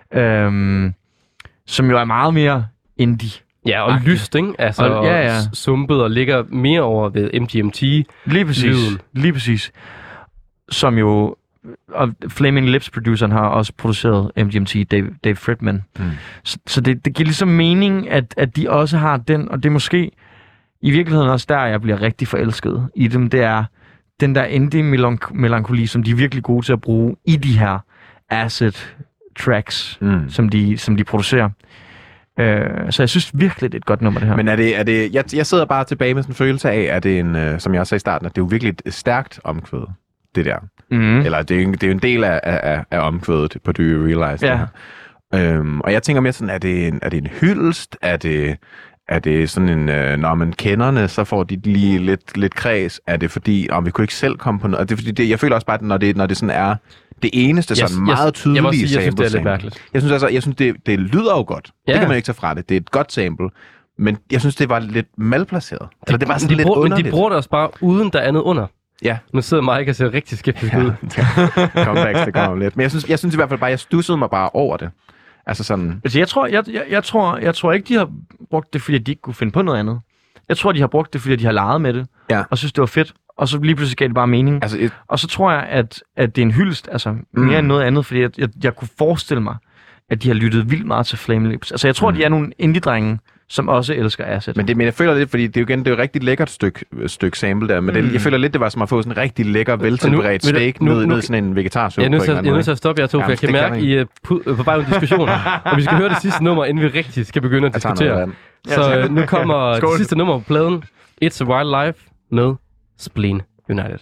Som jo er meget mere indie. Ja, og lyst, ikke? Altså, sumpet og ligger mere over ved MGMT. Lige præcis. Som jo... Og Flaming Lips produceren har også produceret MGMT, Dave Fredman. Så det giver ligesom mening, at de også har den, og det er måske i virkeligheden også der, jeg bliver rigtig forelsket i dem. Det er den der indie-melankoli, som de er virkelig gode til at bruge i de her acid tracks, som de producerer. Så jeg synes virkelig, det er et godt nummer, det her. Men er det jeg sidder bare tilbage med sådan en følelse af, at det er en, som jeg også sagde i starten, at det er jo virkelig et stærkt omkvæd, det der. Eller det er jo en del af omkvædet på Do You Realize? Ja. Og jeg tænker mere sådan, er det en hyldest? Er det sådan en, når man kender det, så får de lige lidt kreds? Er det fordi, vi kunne ikke selv komme på noget? Er det fordi, jeg føler også bare, når det sådan er det eneste sådan meget tydelige sample. Jeg synes, det er lidt mærkeligt. Jeg synes det lyder jo godt. Ja. Det kan man ikke tage fra det. Det er et godt sample. Men jeg synes, det var lidt malplaceret. Eller det var sådan lidt underligt. Men de bruger det også bare uden der andet under. Ja. Nu sidder Mike og ser rigtig skeptisk ud. Comebacks, det kommer lidt. Men jeg synes i hvert fald bare, jeg stussede mig bare over det. Altså sådan... Altså jeg tror ikke, de har brugt det, fordi de ikke kunne finde på noget andet. Jeg tror, de har brugt det, fordi de har leget med det. Ja. Og synes, det var fedt. Og så lige pludselig gav det bare mening. Altså, og så tror jeg, at det er en hyldest, altså mere end noget andet, fordi jeg kunne forestille mig, at de har lyttet vildt meget til Flaming Lips. Altså jeg tror, de er nogle indie-drenge, som også elsker acid. Men jeg føler lidt, fordi det er jo et rigtig lækkert stykke sample der, men jeg føler lidt, det var som at få sådan en rigtig lækker, veltilberedt steak ned sådan en vegetarsuppe. Jeg er nødt til at stoppe jer to, for jeg kan mærke, I er på vej med diskussioner, og vi skal høre det sidste nummer, inden vi rigtig skal begynde at diskutere. Så nu kommer det sidste nummer på pladen, It's a Wild Life med Spleen United.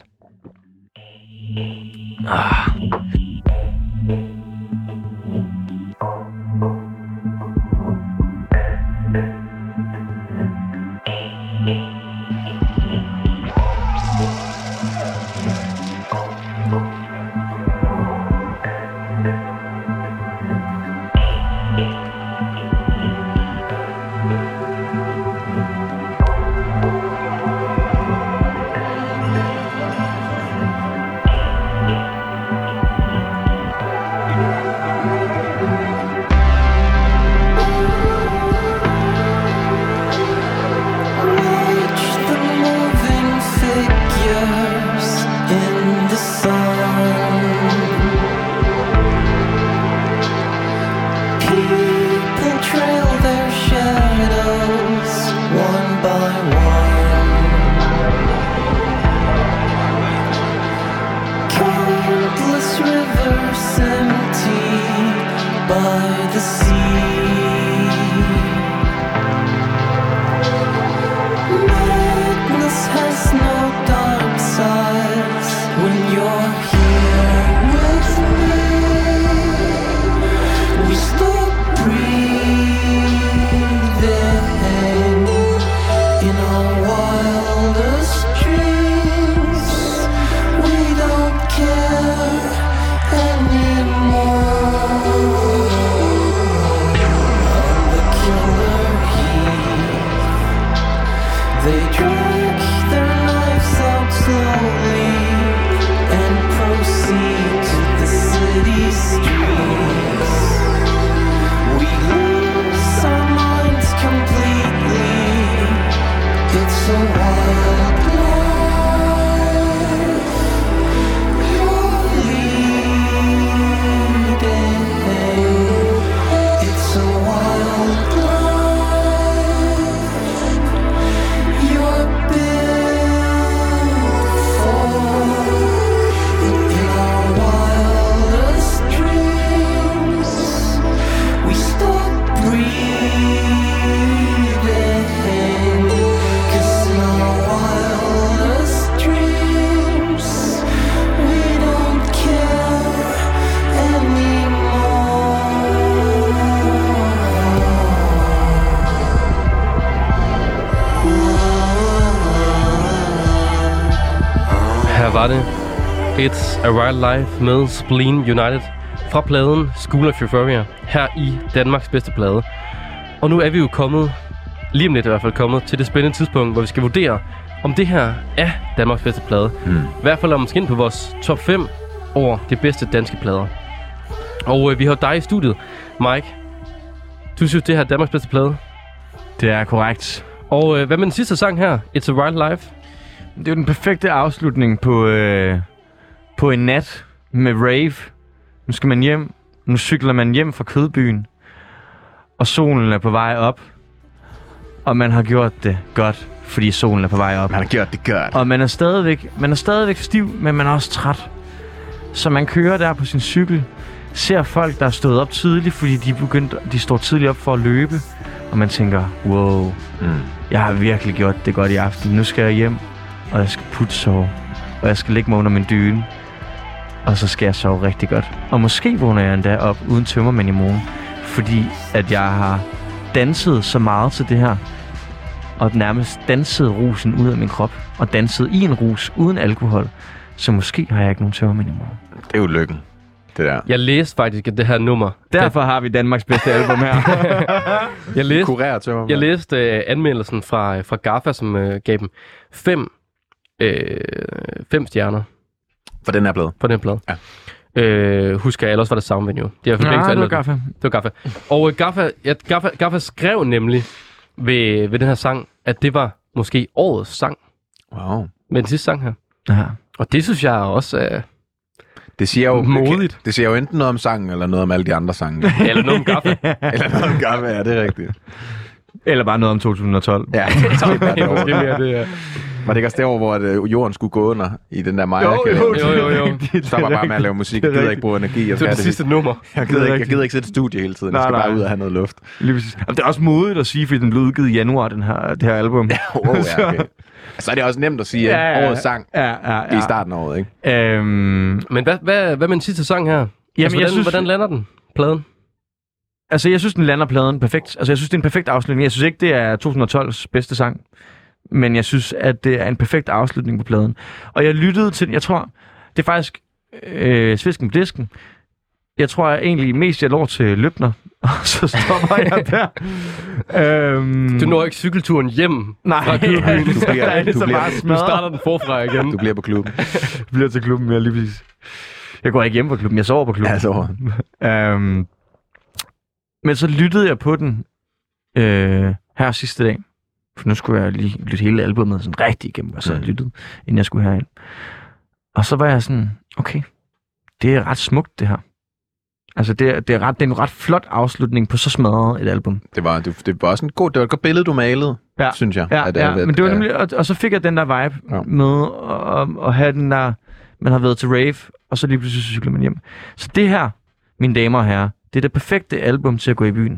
Her var det It's a Wild Life med Spleen United fra pladen School of Euphoria her i Danmarks bedste plade. Og nu er vi jo kommet, lige om lidt i hvert fald kommet, til det spændende tidspunkt, hvor vi skal vurdere, om det her er Danmarks bedste plade. I hvert fald om måske ind på vores top 5 over de bedste danske plader. Og vi har dig i studiet, Mike. Du synes, det her er Danmarks bedste plade? Det er korrekt. Og hvad med den sidste sang her? It's a Wild Life? Det er jo den perfekte afslutning på en nat med rave. Nu skal man hjem. Nu cykler man hjem fra Kødbyen. Og solen er på vej op. Og man har gjort det godt, fordi solen er på vej op. Man har gjort det godt. Og man er stadigvæk stiv, men man er også træt. Så man kører der på sin cykel. Ser folk, der er stået op tidligt, fordi de står tidligt op for at løbe. Og man tænker, wow, jeg har virkelig gjort det godt i aften. Nu skal jeg hjem, og jeg skal putsove. Og jeg skal ligge mig under min dyne. Og så skal jeg sove rigtig godt. Og måske vågner jeg endda op uden tømmermænd i morgen. Fordi at jeg har danset så meget til det her. Og nærmest danset rusen ud af min krop. Og danset i en rus uden alkohol. Så måske har jeg ikke nogen tømmermænd i morgen. Det er jo lykken. Det der. Jeg læste faktisk det her nummer. Derfor har vi Danmarks bedste album her. Jeg læste anmeldelsen fra Gaffa, som gav dem 5 stjerner. For den her plade? For den plade. Ja. Husker jeg, ellers var det Soundvenue. Det var Gaffa. Det var Gaffa. Og Gaffa skrev nemlig ved den her sang, at det var måske årets sang. Wow. Med den sidste sang her. Aha. Og det synes jeg også det siger jo modigt. Det siger jo enten noget om sangen, eller noget om alle de andre sange. Eller noget om Gaffa. Eller noget om Gaffa, ja, det er rigtigt. Eller bare noget om 2012. Ja, måske mere det, ja. Var det ikke også derovre, hvor jorden skulle gå under i den der Maja? Jo. Så var bare med at lave musik. Jeg gider ikke bruge energi. Det var det sidste nummer. Jeg gider ikke sætte et studie hele tiden. Jeg skal bare ud og have noget luft. Lige præcis. Det er også modigt at sige, fordi den blev udgivet i januar, det her album. Ja, okay. Så er det også nemt at sige, årets sang i starten af året, ikke? Men hvad med den sidste sang her? Jamen, altså, hvordan lander den, pladen? Altså, jeg synes, den lander pladen perfekt. Altså, jeg synes, det er en perfekt afslutning. Jeg synes ikke, det er 2012's bedste sang. Men jeg synes, at det er en perfekt afslutning på pladen. Og jeg lyttede til den. Jeg tror, det er faktisk Svisken på disken. Jeg tror egentlig mest, jeg lår til Løbner. Og så stopper jeg der. Du når ikke cykelturen hjem. Nej, du starter den forfra igen. Du bliver på klubben. Jeg bliver til klubben, ja, lige præcis. Jeg går ikke hjem på klubben, jeg sover på klubben. Ja, jeg sover. Men så lyttede jeg på den her sidste dag. For nu skulle jeg lige lytte hele albumet sådan rigtig igennem, og så lyttede, inden jeg skulle herind. Og så var jeg sådan, okay, det er ret smukt, det her. Altså, det er en ret flot afslutning på så smadret et album. Det var også det var et godt billede, du malede, synes jeg. Men det var nemlig, og så fik jeg den der vibe med at have den der, man har været til rave, og så lige pludselig cykler man hjem. Så det her, mine damer og herrer, det er det perfekte album til at gå i byen.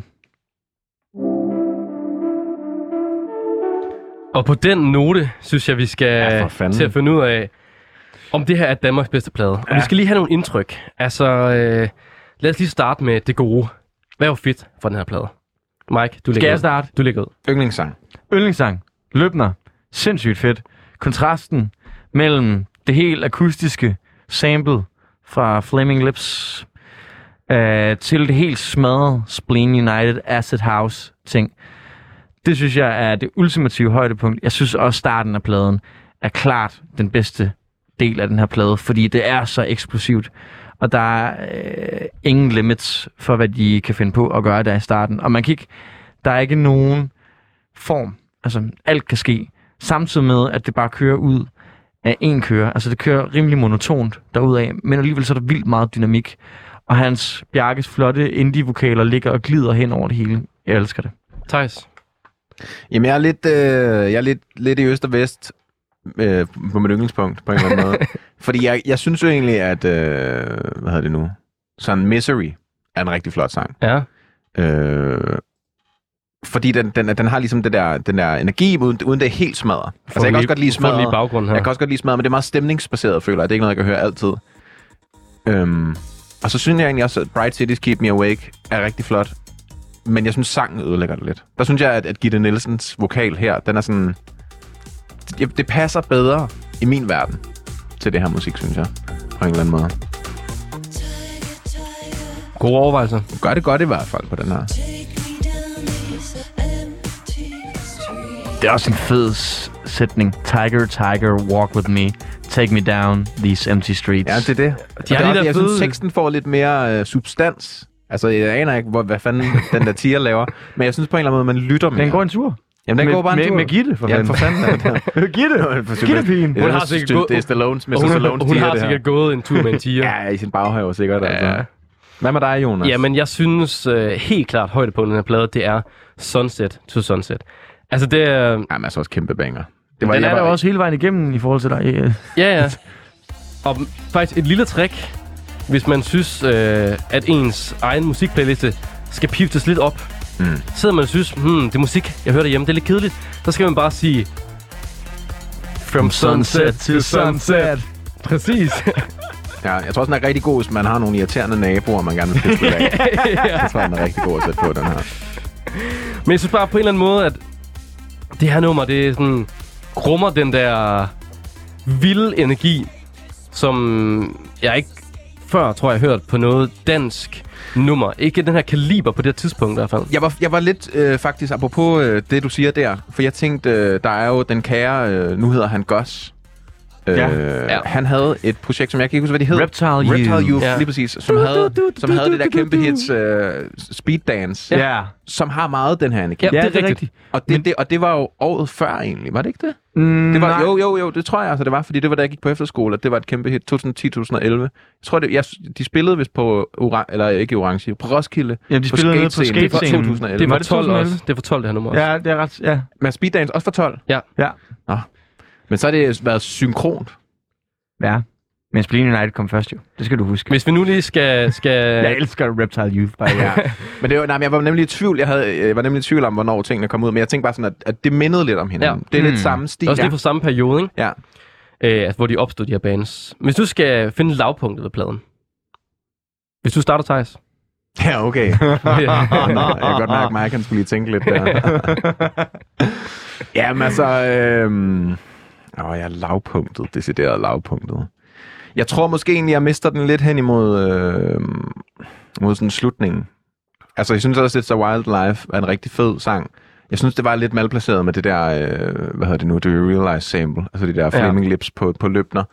Og på den note, synes jeg, vi skal til at finde ud af, om det her er Danmarks bedste plade. Og vi skal lige have nogle indtryk. Altså, lad os lige starte med det gode. Hvad var fedt for den her plade? Mike, du ligger ud. Skal jeg starte? Du ligger ud. Yndlingssang. Løbner. Sindssygt fedt. Kontrasten mellem det helt akustiske sample fra Flaming Lips til det helt smadrede Spleen United Acid House ting. Det synes jeg er det ultimative højdepunkt. Jeg synes også, starten af pladen er klart den bedste del af den her plade, fordi det er så eksplosivt. Og der er ingen limits for, hvad de kan finde på at gøre der i starten. Og man kan ikke, der er ikke nogen form. Altså, alt kan ske. Samtidig med, at det bare kører ud af en kører. Altså, det kører rimelig monotont derudaf, men alligevel så er der vildt meget dynamik. Og hans Bjarkes flotte indie-vokaler ligger og glider hen over det hele. Jeg elsker det. Thijs? Jamen, jeg er lidt i øst og vest på mit yndlingspunkt, på en eller anden måde. Fordi jeg synes jo egentlig, at, hvad hedder det nu? Sådan Misery er en rigtig flot sang. Ja. Fordi den har ligesom den der energi, uden det er helt smadret. Altså, jeg kan også godt lide smadret. Jeg kan også godt lide smadret, men det er meget stemningsbaseret, føler jeg. Det er ikke noget, jeg kan høre altid. Og så synes jeg egentlig også, at Bright Cities Keep Me Awake er rigtig flot. Men jeg synes, sangen ødelægger det lidt. Der synes jeg, at Gitte Nielsens vokal her, den er sådan... Det passer bedre i min verden til det her musik, synes jeg. På en eller anden måde. Gode overvejelser. Du gør det godt i hvert fald på den her. Det er også en fed sætning. Tiger, tiger, walk with me. Take me down these empty streets. Ja, det er det. De har Jeg synes, teksten får lidt mere substans. Altså, jeg aner ikke, hvad fanden den der tiger laver. Men jeg synes på en eller anden måde, man lytter mere. Den går en tur. Jamen, den går bare en tur. Med Gitte, for fanden. Ja, for fanden. Gitte-pigen. Hun har sikkert gået... Det er Stallones, med Hun Stallones har tiger, sikkert gået en tur med en tiger. Ja, i sin baghave sikkert. Ja. Altså. Hvad med dig, Jonas? Jamen, jeg synes helt klart højde på den her plade, det er Sunset to Sunset. Altså, det er... Jamen, altså også kæmpe banger. Den er der også hele vejen igennem i forhold til dig. Ja. Og faktisk et lille trick, hvis man synes, at ens egen musikplayliste skal piftes lidt op. Sidder man og synes, det musik, jeg hører derhjemme, det er lidt kedeligt. Så skal man bare sige... From sunset to sunset. Præcis. Ja, jeg tror også, den er rigtig god, hvis man har nogle irriterende naboer, man gerne vil fiske af. Jeg tror, den er rigtig god at sætte på, den her. Men jeg synes bare på en eller anden måde, at det her nummer, det er sådan... rummer den der vilde energi, som jeg ikke før, tror jeg, hørt på noget dansk nummer. Ikke den her kaliber på det tidspunkt i hvert fald. Jeg var lidt faktisk, apropos det, du siger der, for jeg tænkte, der er jo den kære, nu hedder han Gus. Han havde et projekt, som jeg kan ikke huske, hvad det hed. Reptile Youth, lige præcis. Som havde det der kæmpe hits Speed Dance, som har meget den her energi. Ja, det er rigtigt. Og det var jo året før egentlig, var det ikke det? Det var, jo, det tror jeg altså, det var, fordi det var da jeg gik på efterskole, og det var et kæmpe hit 2010-2011. Jeg tror, de spillede vist på ikke Orange, på Roskilde. Ja, de spillede nede på skate-scenen. 2011. Det var 12 også. Det var 12 det her nummer også. Ja, det er ret, ja. Men Speed Dance også for 12? Ja. Nå. Men så har det været synkront. Ja. Men Spleen United kom først jo. Det skal du huske. Hvis vi nu lige skal... Jeg elsker Reptile Youth, bare ja. Men det var, jeg var nemlig i tvivl. Jeg var nemlig i tvivl om, hvornår tingene kom ud. Men jeg tænkte bare sådan, at det mindede lidt om hinanden. Ja. Det er lidt samme stil. Også lige fra samme periode, ikke? Ja. Altså, hvor de opstod, de her bands. Hvis du skal finde lavpunktet ved pladen. Hvis du starter, Theis. Ja, okay. Jeg kan godt mærke, at Mike skulle lige tænke lidt der. Jamen altså... jeg er lavpunktet. Decideret lavpunktet. Jeg tror måske egentlig, jeg mister den lidt hen imod mod sådan slutningen. Altså, jeg synes også, at It's a Wild Life er en rigtig fed sang. Jeg synes, det var lidt malplaceret med det der, hvad hedder det nu, det Realize sample. Altså det der Flaming Lips på Løbner.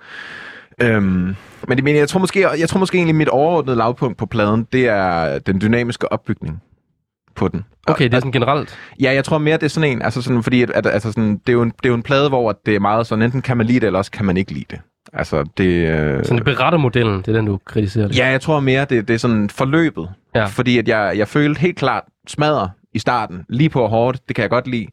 Men jeg tror måske egentlig, mit overordnede lavpunkt på pladen, det er den dynamiske opbygning på den. Okay, det er sådan generelt? Ja, jeg tror mere, det er sådan en, altså sådan, fordi altså sådan, det er jo en plade, hvor det er meget sådan, enten kan man lide det, eller også kan man ikke lide det. Altså, det... Sådan det berettermodellen, det er den, du kritiserer det. Ja, jeg tror mere, det er sådan forløbet. Ja. Fordi at jeg følte helt klart smadret i starten. Lige på hårdt, det kan jeg godt lide.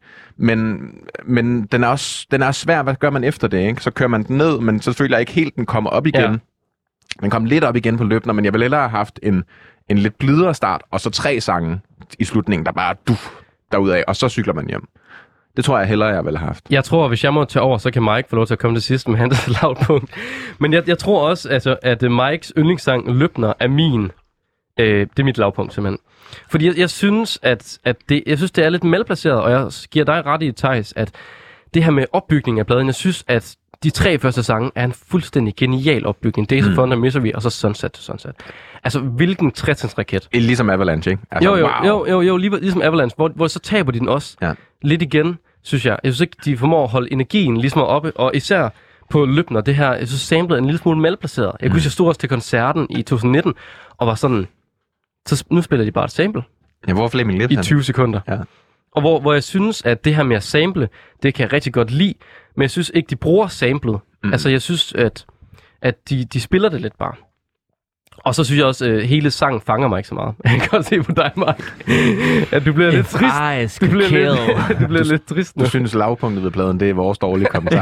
Men den er også svær. Hvad gør man efter det, ikke? Så kører man den ned, men så føler jeg ikke helt, den kommer op igen. Ja. Den kom lidt op igen på Løbner, men jeg ville hellere have haft en lidt blidere start, og så 3 sange i slutningen, der bare derudad, og så cykler man hjem. Det tror jeg hellere, jeg ville have haft. Jeg tror, hvis jeg må tage over, så kan Mike få lov til at komme til sidst med hans lavpunkt. Men jeg tror også, altså, at Mikes yndlingssang Løbner er min. Det er mit lavpunkt, simpelthen. Fordi jeg synes, at det er lidt malplaceret, og jeg giver dig ret i, Theis, at det her med opbygning af pladen, jeg synes, at de 3 første sange er en fuldstændig genial opbygning. Days of Thunder, Misery og så Sunset to Sunset. Altså, hvilken trætrinsraket. Ligesom Avalanche, ikke? Altså, jo, ligesom Avalanche, hvor så taber de den også lidt igen, synes jeg. Jeg synes ikke, de formår at holde energien ligesom oppe, og især på Løbner, det her, jeg synes, samlet er en lille smule malplaceret. Jeg kunne huske, jeg stod også til koncerten i 2019, og var sådan, så nu spiller de bare et sample. Ja, hvor Flaming Lips i 20 sekunder. Ja. Og hvor jeg synes, at det her med at sample, det kan jeg rigtig godt lide, men jeg synes ikke, de bruger samplet. Altså, jeg synes, at de spiller det lidt bare. Og så synes jeg også, at hele sangen fanger mig ikke så meget. Jeg kan godt se på dig, Mark, at du bliver lidt trist. Du bliver lidt trist nu. Du synes, lavpunktet ved pladen, det er vores dårlige kommentar.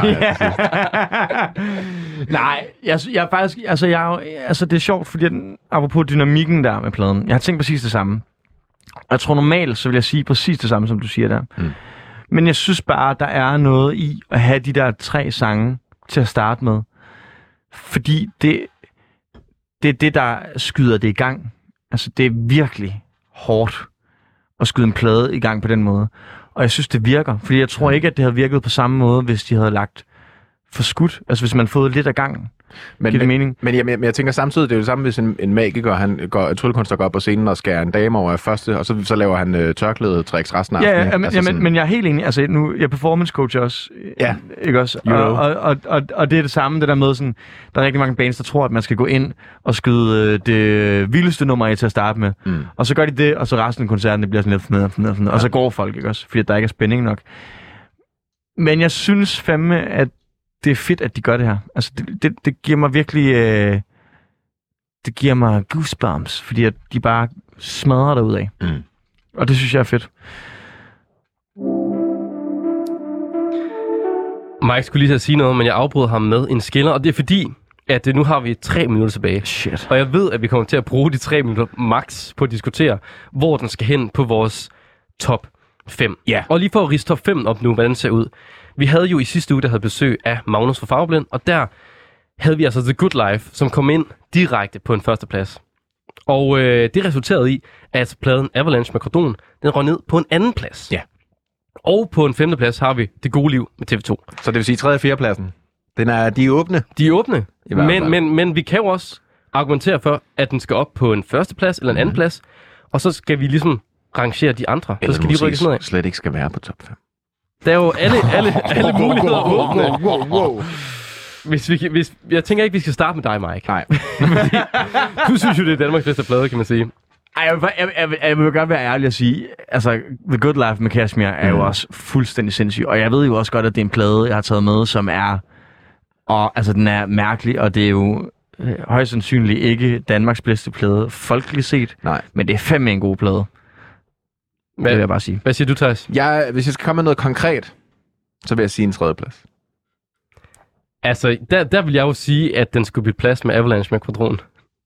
Nej, jeg er faktisk... Altså, det er sjovt, fordi apropos dynamikken der med pladen, jeg har tænkt præcis det samme. Jeg tror normalt, så vil jeg sige præcis det samme, som du siger der. Men jeg synes bare, der er noget i at have de der 3 sange til at starte med. Fordi det er det, der skyder det i gang. Altså, det er virkelig hårdt at skyde en plade i gang på den måde. Og jeg synes, det virker. Fordi jeg tror ikke, at det havde virket på samme måde, hvis de havde lagt for skudt. Altså, hvis man fået lidt af gangen. Giver det mening? Men jeg tænker samtidig, det er jo det samme, hvis en magiker, en tryllekunstner går op på scenen og skærer en dame over første, og så laver han tørklæde-tricks resten af aftenen. Men jeg er helt enig. Altså, nu jeg performance coach også. Ja. Ikke også? Og det er det samme, det der med sådan, der er rigtig mange bands, der tror, at man skal gå ind og skyde det vildeste nummer af til at starte med. Og så gør de det, og så resten af koncerten, det bliver sådan lidt og så går folk, ikke også? Fordi der ikke er spænding nok. Men jeg synes fandme, at det er fedt, at de gør det her. Altså, det giver mig virkelig... det giver mig goosebumps, fordi at de bare smadrer derudad. Og det synes jeg er fedt. Mike skulle lige til at sige noget, men jeg afbrød ham med en skiller, og det er fordi, at nu har vi 3 minutter tilbage. Shit. Og jeg ved, at vi kommer til at bruge de 3 minutter max på at diskutere, hvor den skal hen på vores top 5. Ja. Og lige for at ridse top 5 op nu, hvordan det ser ud. Vi havde jo i sidste uge, der havde besøg af Magnus fra Farveblind, og der havde vi altså The Good Life, som kom ind direkte på en førsteplads. Og det resulterede i, at pladen Avalanche med Kordon, den røg ned på en anden plads. Ja. Og på en 5. plads har vi Det Gode Liv med TV2. Så det vil sige 3. og 4. pladsen. De er åbne. De er åbne, men vi kan jo også argumentere for, at den skal op på en første plads eller en anden plads, og så skal vi ligesom rangere de andre. Eller så skal de rykkes nedad. Slet ikke skal være på top 5. Der er jo alle muligheder åbne. Wow. Jeg tænker ikke, vi skal starte med dig, Mike. Nej. Du synes jo, det er Danmarks bedste plade, kan man sige. Jeg vil jo godt være ærlig at sige, altså The Good Life med Kashmir er jo også fuldstændig sindssyg, og jeg ved jo også godt, at det er en plade, jeg har taget med, som er, og altså den er mærkelig, og det er jo højst sandsynligt ikke Danmarks bedste plade, folkeligt set, nej, men det er fandme en god plade. Det vil jeg bare sige. Hvad siger du, Theis? Hvis jeg skal komme med noget konkret, så vil jeg sige en 3. plads. Altså, der vil jeg jo sige, at den skulle blive plads med Avalanche med Quadron.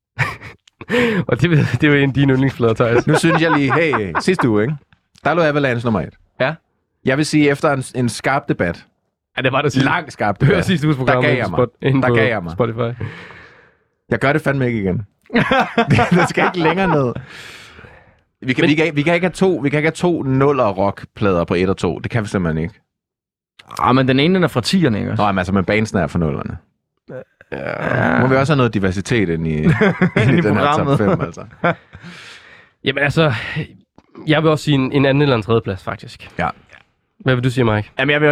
Og det er jo en af dine yndlingsplader, Theis. Nu synes jeg lige, sidste uge, ikke? Der lå Avalanche nummer 1. Ja. Jeg vil sige, efter en skarp debat. Ja, det var det sidste. Lang skarp debat. Hør sidste uges program. Der gav jeg mig. Spotify. Jeg gør det fandme ikke igen. Det skal ikke længere ned. Vi kan ikke have to nuller rockplader på 1 og 2. Det kan vi simpelthen ikke. Men den ene den er fra 10'erne, ikke? Nå, men altså med bandsene er for nullerne. Ja. Må vi også have noget diversitet ind i den her top 5, altså. Jamen altså, jeg vil også sige en anden eller en 3. plads, faktisk. Ja. Hvad vil du sige, Mike? Jamen,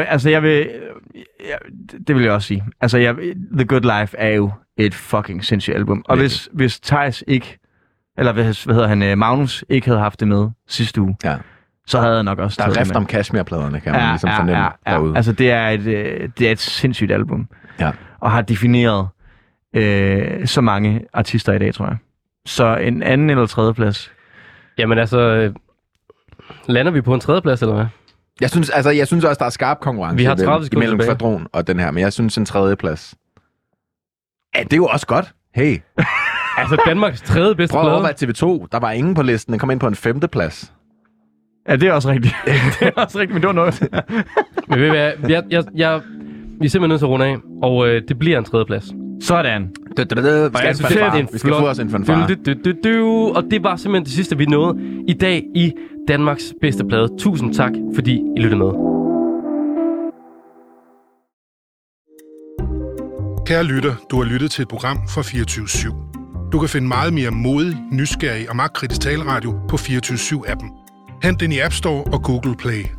det vil jeg også sige. Altså, The Good Life er jo et fucking sindssygt album. Og hvis Theis ikke, eller hvad hedder han, Magnus ikke havde haft det med sidste uge, så havde jeg nok også der er rift om Kashmir-pladerne, kan man ligesom fornemme derude. Altså, det er et sindssygt album. Ja. Og har defineret så mange artister i dag, tror jeg. Så en anden eller 3. plads. Jamen altså, lander vi på en 3. plads, eller hvad? Jeg synes også, der er skarp konkurrence. Vi har 30 sekunder mellem Quadron og den her, men jeg synes en 3. plads. Ja, det er jo også godt. Hey. Altså Danmarks 3. bedste plade. Prøv at overveje TV2. Der var ingen på listen. Den kom ind på en 5. plads. Ja, det er også rigtigt. Det er også rigtigt, men det var noget. Men ved I hvad? Vi er simpelthen nødt til at runde af, og det bliver en 3. plads. Sådan. Vi skal få os en fanfare. Og det var simpelthen det sidste, vi nåede i dag i Danmarks bedste plade. Tusind tak, fordi I lyttede med. Kære lytter, du har lyttet til et program fra 24/7. Du kan finde meget mere modig, nysgerrig og magtkritisk taleradio på 24/7-appen. Hent den i App Store og Google Play.